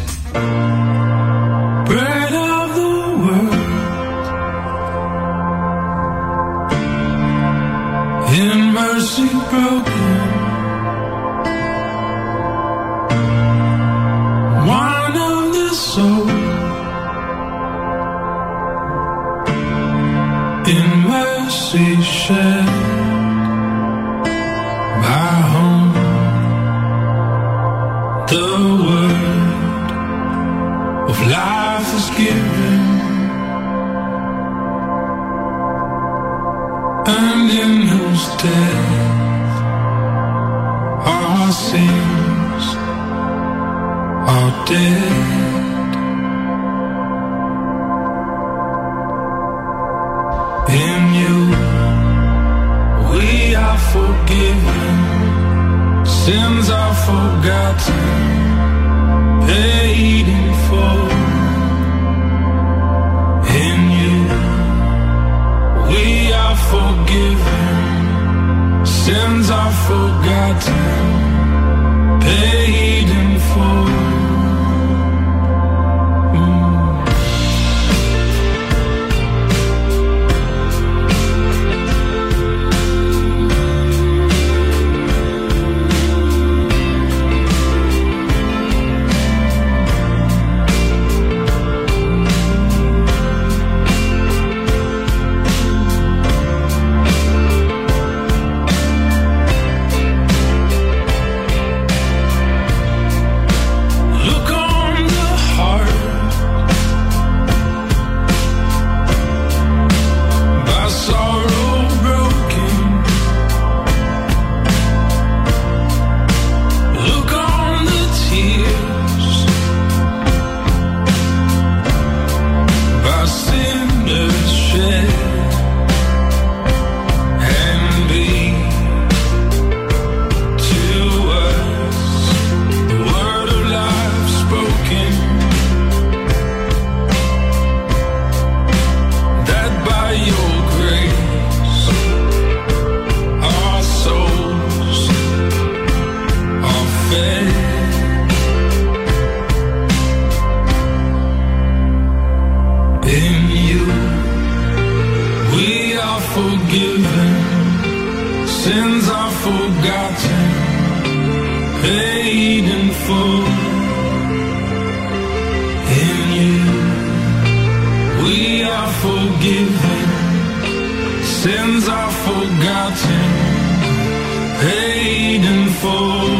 Bread of the world, in mercy broken, wine of the soul, in mercy shed. My home, the word of life is given, and in whose death our sins are dead. In you we are forgiven, sins are forgotten, paid in full. In you we are forgiven, sins are forgotten, paid in full. forgiven, sins are forgotten, paid in full. In you, we are forgiven, sins are forgotten, paid in full.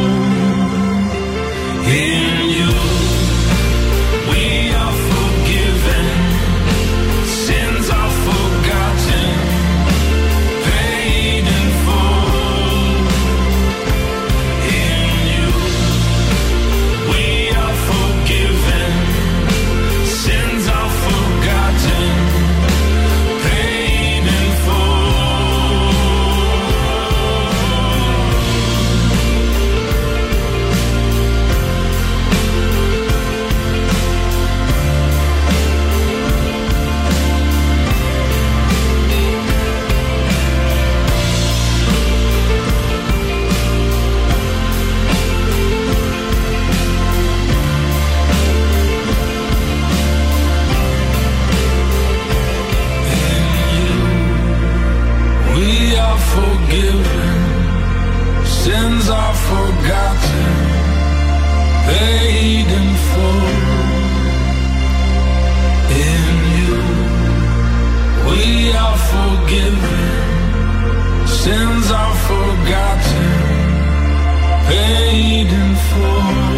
In you, we are forgiven, sins are forgotten, paid in full. In you, we are forgiven, sins are forgotten, paid in full. We are forgiven, sins are forgotten, paid in full. In you, we are forgiven, sins are forgotten, paid in full.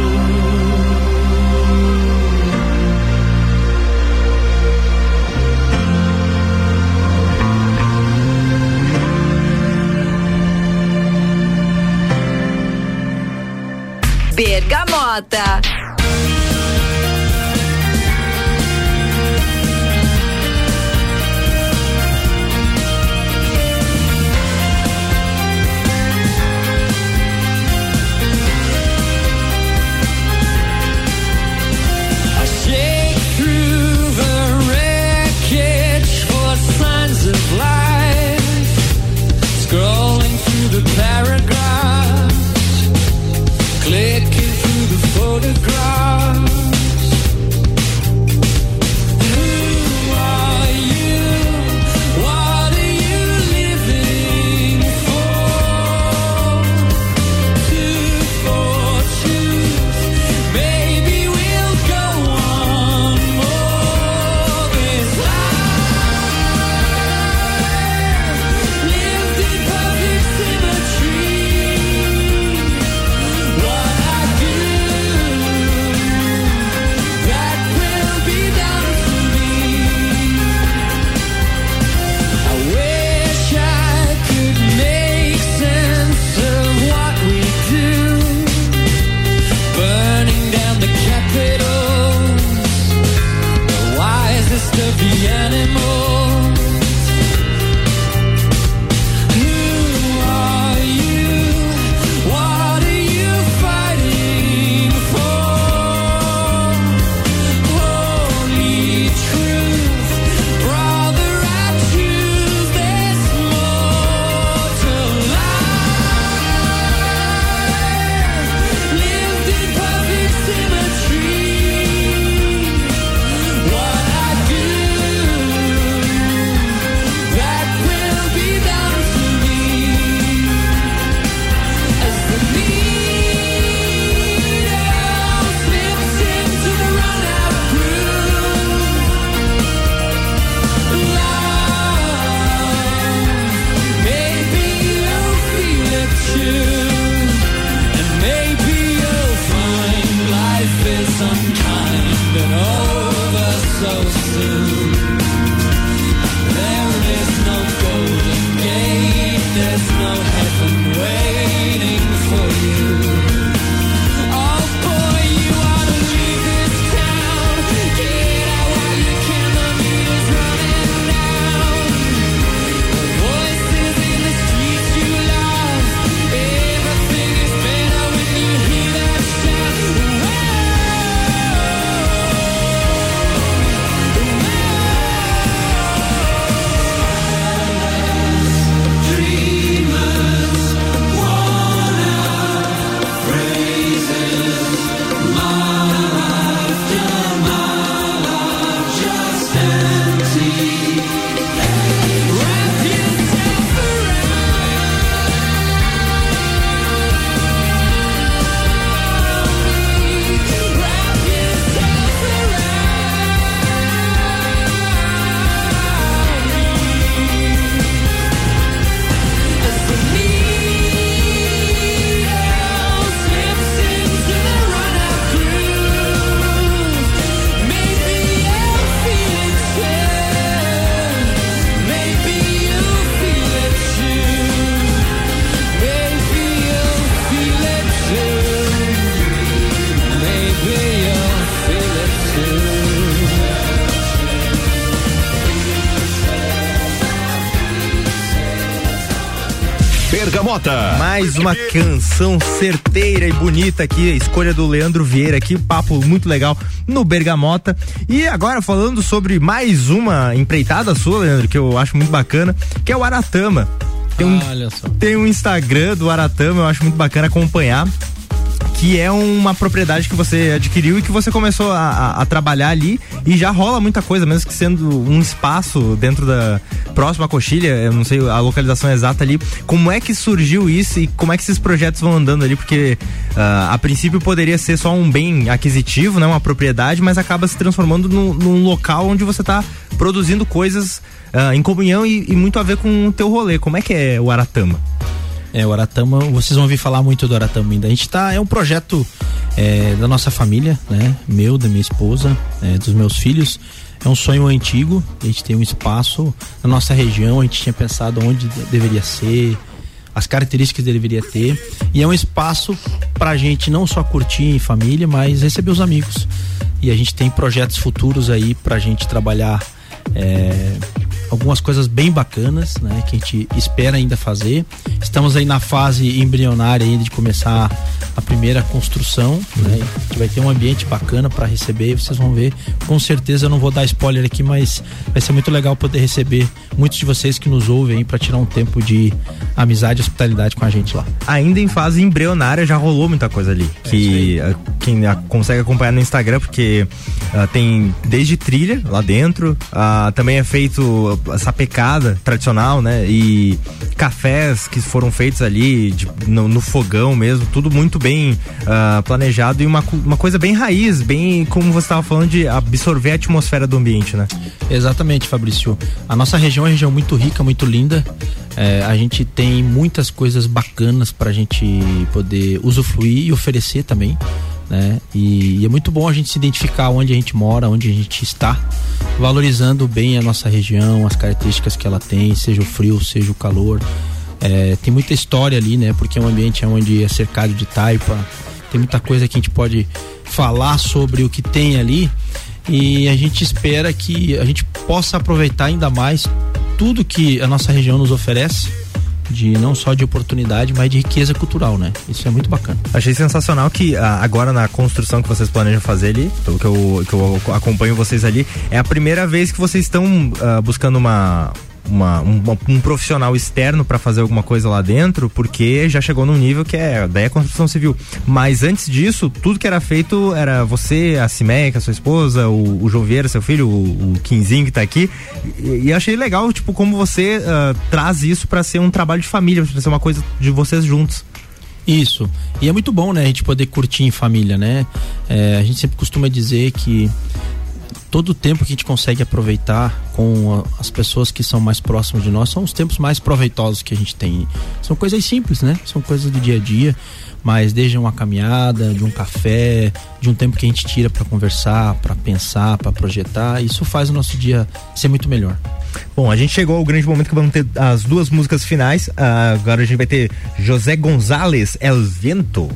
Bergamota. I shake through the wreckage for signs of life, scrolling through the paragraphs, clicking through the photographs. Bergamota. Mais uma canção certeira e bonita aqui, a escolha do Leandro Vieira aqui, papo muito legal no Bergamota. E agora falando sobre mais uma empreitada sua, Leandro, que eu acho muito bacana, que é o Aratama. Tem um, Olha só. Tem um Instagram do Aratama, eu acho muito bacana acompanhar, que é uma propriedade que você adquiriu e que você começou a, a, a trabalhar ali, e já rola muita coisa, mesmo que sendo um espaço dentro da próxima coxilha, eu não sei a localização exata ali. Como é que surgiu isso e como é que esses projetos vão andando ali? Porque uh, a princípio poderia ser só um bem aquisitivo, né, uma propriedade, mas acaba se transformando num, num local onde você está produzindo coisas uh, em comunhão e, e muito a ver com o teu rolê. Como é que é o Aratama? É, o Aratama, vocês vão ouvir falar muito do Aratama ainda. A gente tá, é um projeto é, da nossa família, né? Meu, da minha esposa, é, dos meus filhos. É um sonho antigo, a gente tem um espaço na nossa região, a gente tinha pensado onde deveria ser, as características que deveria ter. E é um espaço pra gente não só curtir em família, mas receber os amigos. E a gente tem projetos futuros aí pra gente trabalhar é, algumas coisas bem bacanas, né, que a gente espera ainda fazer. Estamos aí na fase embrionária ainda de começar a primeira construção, né? A gente vai ter um ambiente bacana para receber, vocês vão ver. Com certeza eu não vou dar spoiler aqui, mas vai ser muito legal poder receber muitos de vocês que nos ouvem aí para tirar um tempo de amizade e hospitalidade com a gente lá. Ainda em fase embrionária já rolou muita coisa ali, é que uh, quem uh, consegue acompanhar no Instagram, porque uh, tem desde trilha lá dentro, uh, também é feito essa pecada tradicional, né? E cafés que foram feitos ali de, no, no fogão mesmo, tudo muito bem uh, planejado e uma, uma coisa bem raiz, bem como você estava falando, de absorver a atmosfera do ambiente, né? Exatamente, Fabrício. A nossa região é uma região muito rica, muito linda. É, a gente tem muitas coisas bacanas pra gente poder usufruir e oferecer também, né? E, e é muito bom a gente se identificar onde a gente mora, onde a gente está, valorizando bem a nossa região, as características que ela tem, seja o frio, seja o calor. É, tem muita história ali, né? Porque é um ambiente onde é cercado de taipa, tem muita coisa que a gente pode falar sobre o que tem ali, e a gente espera que a gente possa aproveitar ainda mais tudo que a nossa região nos oferece, de não só de oportunidade, mas de riqueza cultural, né? Isso é muito bacana. Achei sensacional que ah, agora na construção que vocês planejam fazer ali, pelo que eu, que eu acompanho vocês ali, é a primeira vez que vocês estão ah, buscando uma Uma, um, um profissional externo para fazer alguma coisa lá dentro, porque já chegou num nível que é daí a construção civil. Mas antes disso, tudo que era feito era você, a Cimeia, que é a sua esposa, o, o João Vieira, seu filho, o, o Quinzinho que tá aqui, e, e achei legal, tipo, como você uh, traz isso para ser um trabalho de família, para ser uma coisa de vocês juntos. Isso, e é muito bom, né, a gente poder curtir em família, né? É, a gente sempre costuma dizer que todo o tempo que a gente consegue aproveitar com a, as pessoas que são mais próximas de nós são os tempos mais proveitosos que a gente tem. São coisas simples, né? São coisas do dia a dia, mas desde uma caminhada, de um café, de um tempo que a gente tira para conversar, para pensar, para projetar, isso faz o nosso dia ser muito melhor. Bom, a gente chegou ao grande momento que vamos ter as duas músicas finais. Uh, agora a gente vai ter José González, El Viento.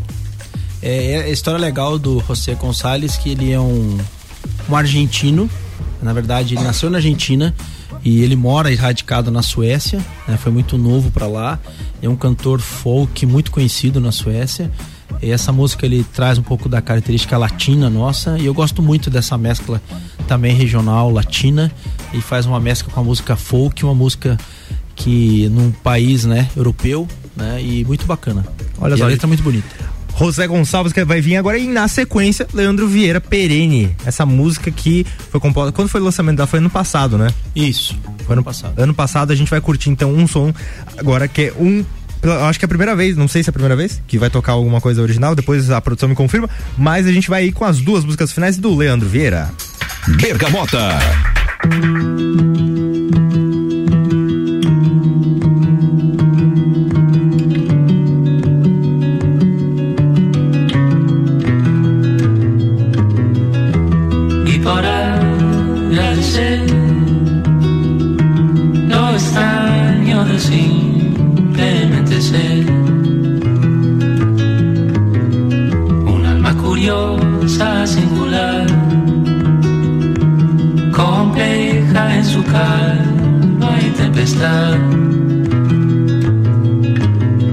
É, é a história legal do José González, que ele é um um argentino, na verdade ele nasceu na Argentina e ele mora radicado na Suécia, né? Foi muito novo para lá, é um cantor folk muito conhecido na Suécia, e essa música ele traz um pouco da característica latina nossa, e eu gosto muito dessa mescla também regional, latina, e faz uma mescla com a música folk, uma música que num país, né, europeu, né, e muito bacana. Olha, e a letra é muito bonita. José Gonçalves, que vai vir agora, e na sequência Leandro Vieira, Perene, essa música que foi composta, quando foi o lançamento dela? Foi ano passado, né? Isso, foi ano passado. Ano passado. A gente vai curtir então um som agora que é um, acho que é a primeira vez, não sei se é a primeira vez que vai tocar alguma coisa original, depois a produção me confirma, mas a gente vai ir com as duas músicas finais do Leandro Vieira. Bergamota. No extraño de simplemente ser un alma curiosa, singular, compleja en su calma y tempestad.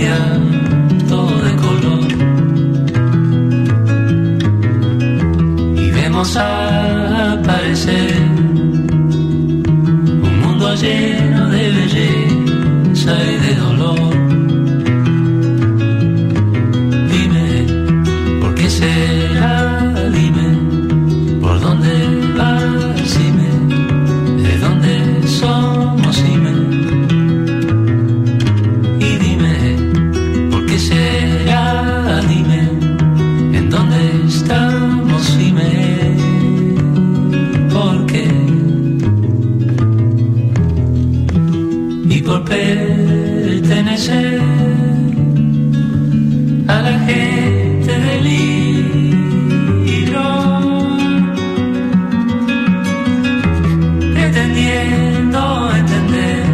cambia todo de color y vemos aparecer un mundo lleno de belleza y de dolor. Dime, ¿por qué será? Dime, ¿por dónde vas? Dime, ¿de dónde somos? Dime, y dime, ¿por qué será? Dime, ¿en dónde estamos? Dime, ¿por qué? Y por pertenecer a la gente del libro, pretendiendo entender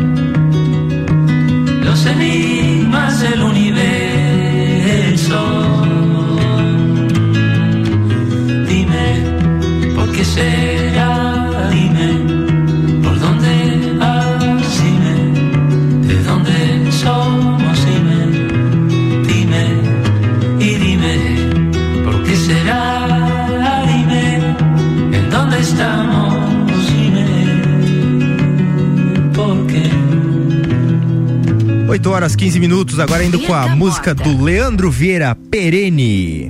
los enigmas del universo. Dime, ¿por qué será? Dime, ¿por dónde vas? Dime, ¿de dónde somos? Dime, dime, y dime, ¿por qué será? Dime, ¿en dónde estamos? Dime, ¿por qué? oito horas, quinze minutos, agora indo com a música do Leandro Vieira, Perene.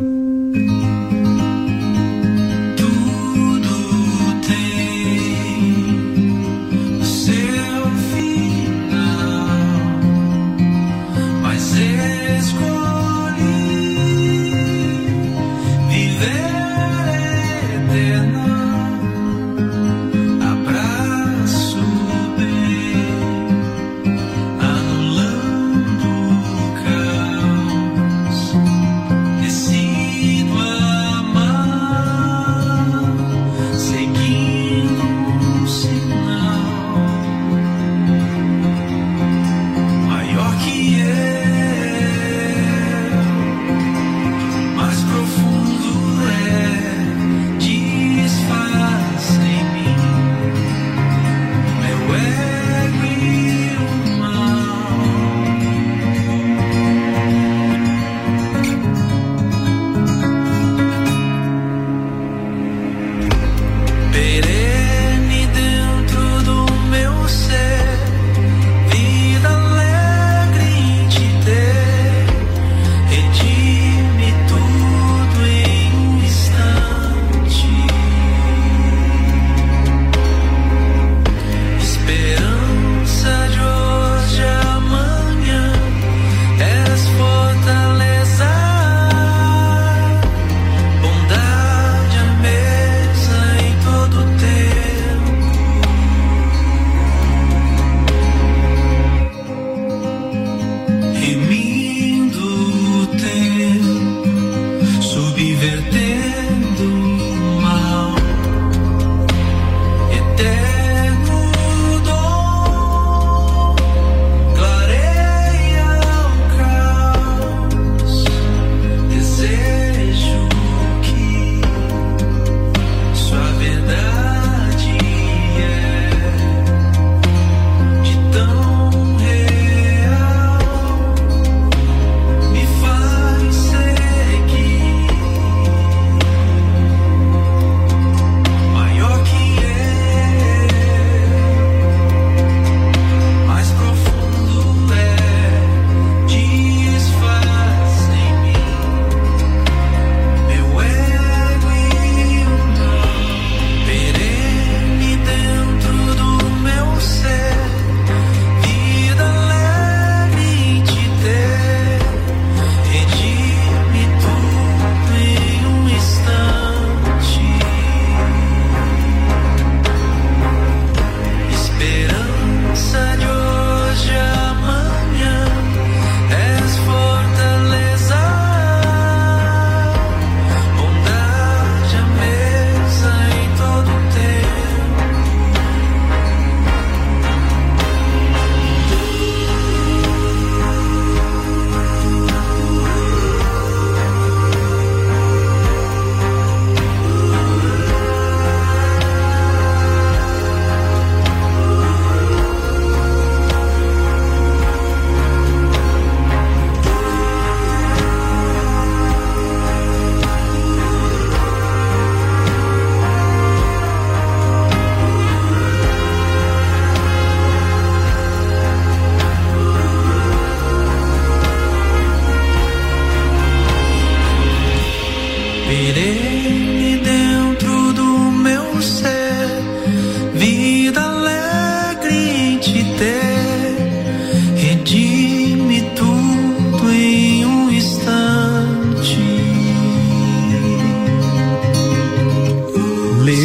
Decido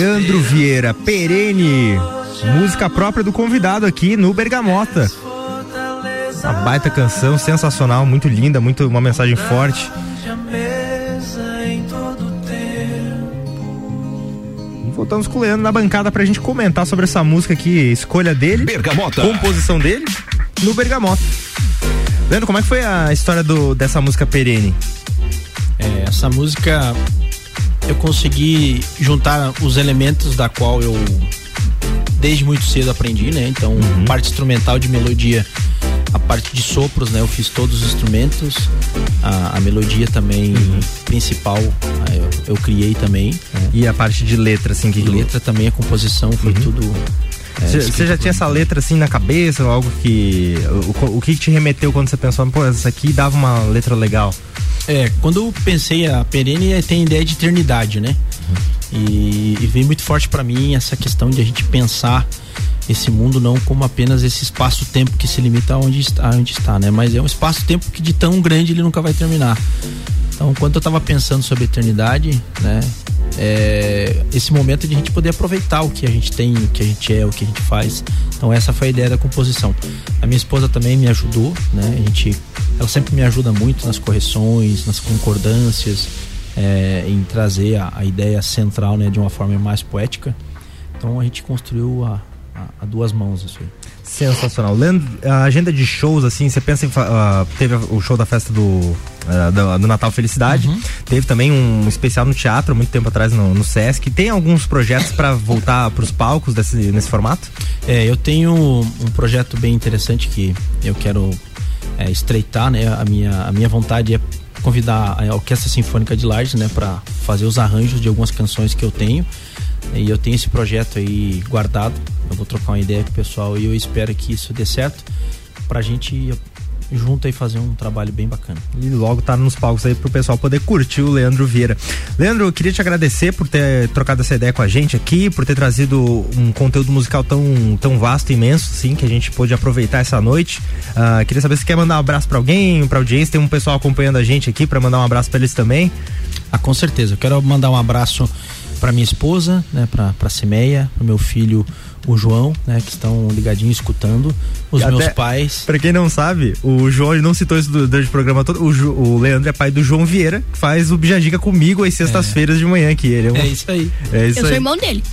Leandro Vieira, Perene, música própria do convidado aqui no Bergamota. Uma baita canção, sensacional, muito linda, muito, uma mensagem forte. E voltamos com o Leandro na bancada pra gente comentar sobre essa música aqui, escolha dele, Bergamota, composição dele, no Bergamota. Leandro, como é que foi a história do, dessa música Perene? É, essa música eu consegui juntar os elementos da qual eu desde muito cedo aprendi, né? Então, uhum. parte instrumental de melodia, a parte de sopros, né? Eu fiz todos os instrumentos, a, a melodia também uhum. principal eu, eu criei também. Né? E a parte de letra, assim, que de letra também, a composição foi uhum. tudo. Você é, já tinha essa letra assim na cabeça, ou algo que o, o que te remeteu quando você pensou, pô, essa aqui dava uma letra legal? É, quando eu pensei a Perene tem ideia de eternidade, né? Uhum. E, e veio muito forte pra mim essa questão de a gente pensar esse mundo não como apenas esse espaço-tempo que se limita a onde está, onde está, né? Mas é um espaço-tempo que de tão grande ele nunca vai terminar. Então, quando eu tava pensando sobre a eternidade, né? É, esse momento de a gente poder aproveitar o que a gente tem, o que a gente é, o que a gente faz. Então essa foi a ideia da composição. A minha esposa também me ajudou, né? A gente, ela sempre me ajuda muito nas correções, nas concordâncias, é, em trazer a, a ideia central, né, de uma forma mais poética. Então a gente construiu a, a, a duas mãos isso aí. Sensacional. Leandro, a agenda de shows, assim, você pensa em. Uh, teve o show da festa do, uh, do, do Natal Felicidade, uhum. teve também um especial no teatro, muito tempo atrás no, no Sesc. Tem alguns projetos para voltar para os palcos desse, nesse formato? É, eu tenho um projeto bem interessante que eu quero é, estreitar, né? A minha, a minha vontade é convidar a Orquestra Sinfônica de Lages, né, para fazer os arranjos de algumas canções que eu tenho. E eu tenho esse projeto aí guardado. Eu vou trocar uma ideia com o pessoal e eu espero que isso dê certo pra gente junto aí fazer um trabalho bem bacana. E logo tá nos palcos aí pro pessoal poder curtir o Leandro Vieira. Leandro, eu queria te agradecer por ter trocado essa ideia com a gente aqui, por ter trazido um conteúdo musical tão, tão vasto e imenso, assim, que a gente pôde aproveitar essa noite. Uh, queria saber se quer mandar um abraço pra alguém, pra audiência, tem um pessoal acompanhando a gente aqui pra mandar um abraço pra eles também. Ah, com certeza. Eu quero mandar um abraço para minha esposa, né, para para Cimeia, para meu filho o João, né, que estão ligadinhos escutando, os meus pais. Para quem não sabe, o João, ele não citou isso durante o programa todo, o, Ju, o Leandro é pai do João Vieira, que faz o Bijagica comigo às sextas-feiras é. de manhã aqui. Ele é, um... é isso aí. É isso Eu aí. sou irmão dele.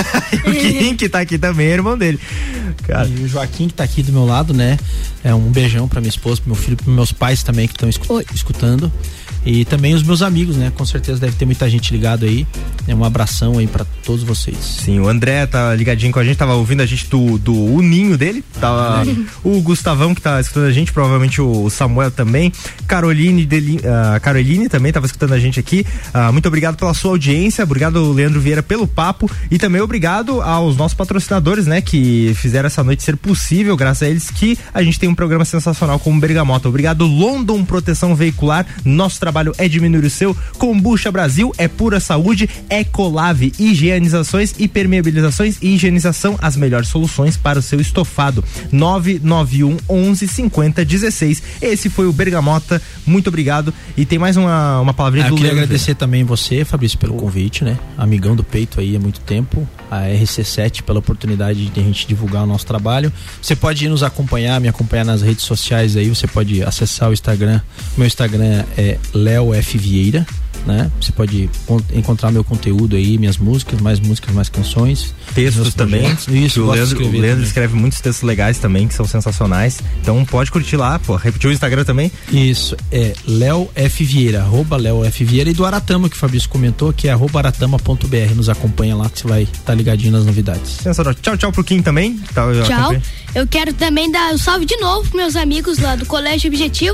O Kim, que tá aqui também, é irmão dele. Cara. E o Joaquim, que tá aqui do meu lado, né, é um beijão para minha esposa, pro meu filho, pros meus pais também que estão escu- escutando. E também os meus amigos, né? Com certeza deve ter muita gente ligado aí. É um abração aí pra todos vocês. Sim, o André tá ligadinho com a gente, tava ouvindo a gente do, do Uninho dele. Tava o Gustavão que tá escutando a gente, provavelmente o Samuel também. Caroline, Deli, uh, Caroline também tava escutando a gente aqui. Uh, muito obrigado pela sua audiência. Obrigado, Leandro Vieira, pelo papo. E também obrigado aos nossos patrocinadores, né? Que fizeram essa noite ser possível, graças a eles, que a gente tem um programa sensacional como Bergamota. Obrigado, London Proteção Veicular. Nosso trabalho trabalho é diminuir o seu. Kombucha Brasil é pura saúde. Ecolave, higienizações e permeabilizações e higienização, as melhores soluções para o seu estofado. nove nove um onze cinquenta dezesseis. Esse foi o Bergamota. Muito obrigado. E tem mais uma, uma palavrinha ah, do Eu queria Leandro. agradecer também você, Fabrício, pelo convite, né? Amigão do peito aí há muito tempo. A R C sete pela oportunidade de a gente divulgar o nosso trabalho. Você pode nos acompanhar, me acompanhar nas redes sociais aí, você pode acessar o Instagram. Meu Instagram é Léo F Vieira, né? Você pode encontrar meu conteúdo aí, minhas músicas, mais músicas, mais canções. Textos também. Isso, o Leandro, o Leandro escreve muitos textos legais também, que são sensacionais. Então pode curtir lá, pô. Repetiu o Instagram também? Isso, é Léo F Vieira, arroba Léo F Vieira, e do Aratama, que o Fabrício comentou, que é arroba aratama ponto b r. Nos acompanha lá, que você vai estar tá ligadinho nas novidades. Sensacional. Tchau, tchau pro Kim também. Tá, eu tchau. Acompanho. Eu quero também dar um salve de novo pros meus amigos lá do Colégio Objetivo.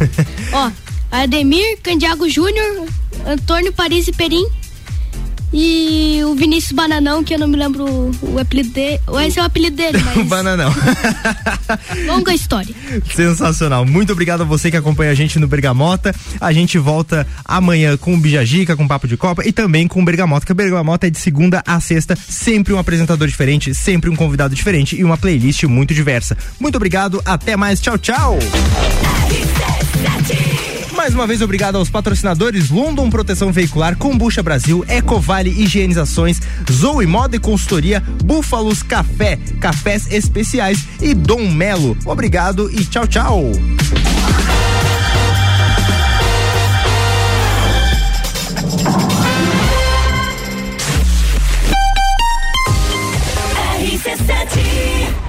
Ó, Ademir, Candiago Júnior, Antônio Paris e Perim e o Vinícius Bananão, que eu não me lembro o, o apelido dele. Esse é o apelido dele, mas... O Bananão. Longa história. Sensacional. Muito obrigado a você que acompanha a gente no Bergamota. A gente volta amanhã com o Bijagica, com o Papo de Copa e também com o Bergamota, que o Bergamota é de segunda a sexta, sempre um apresentador diferente, sempre um convidado diferente e uma playlist muito diversa. Muito obrigado, até mais, tchau, tchau. Mais Mais uma vez, obrigado aos patrocinadores London Proteção Veicular, Combucha Brasil, Ecovale Higienizações, Zoe Moda e Consultoria, Búfalos Café, Cafés Especiais e Dom Melo. Obrigado e tchau, tchau. R C sete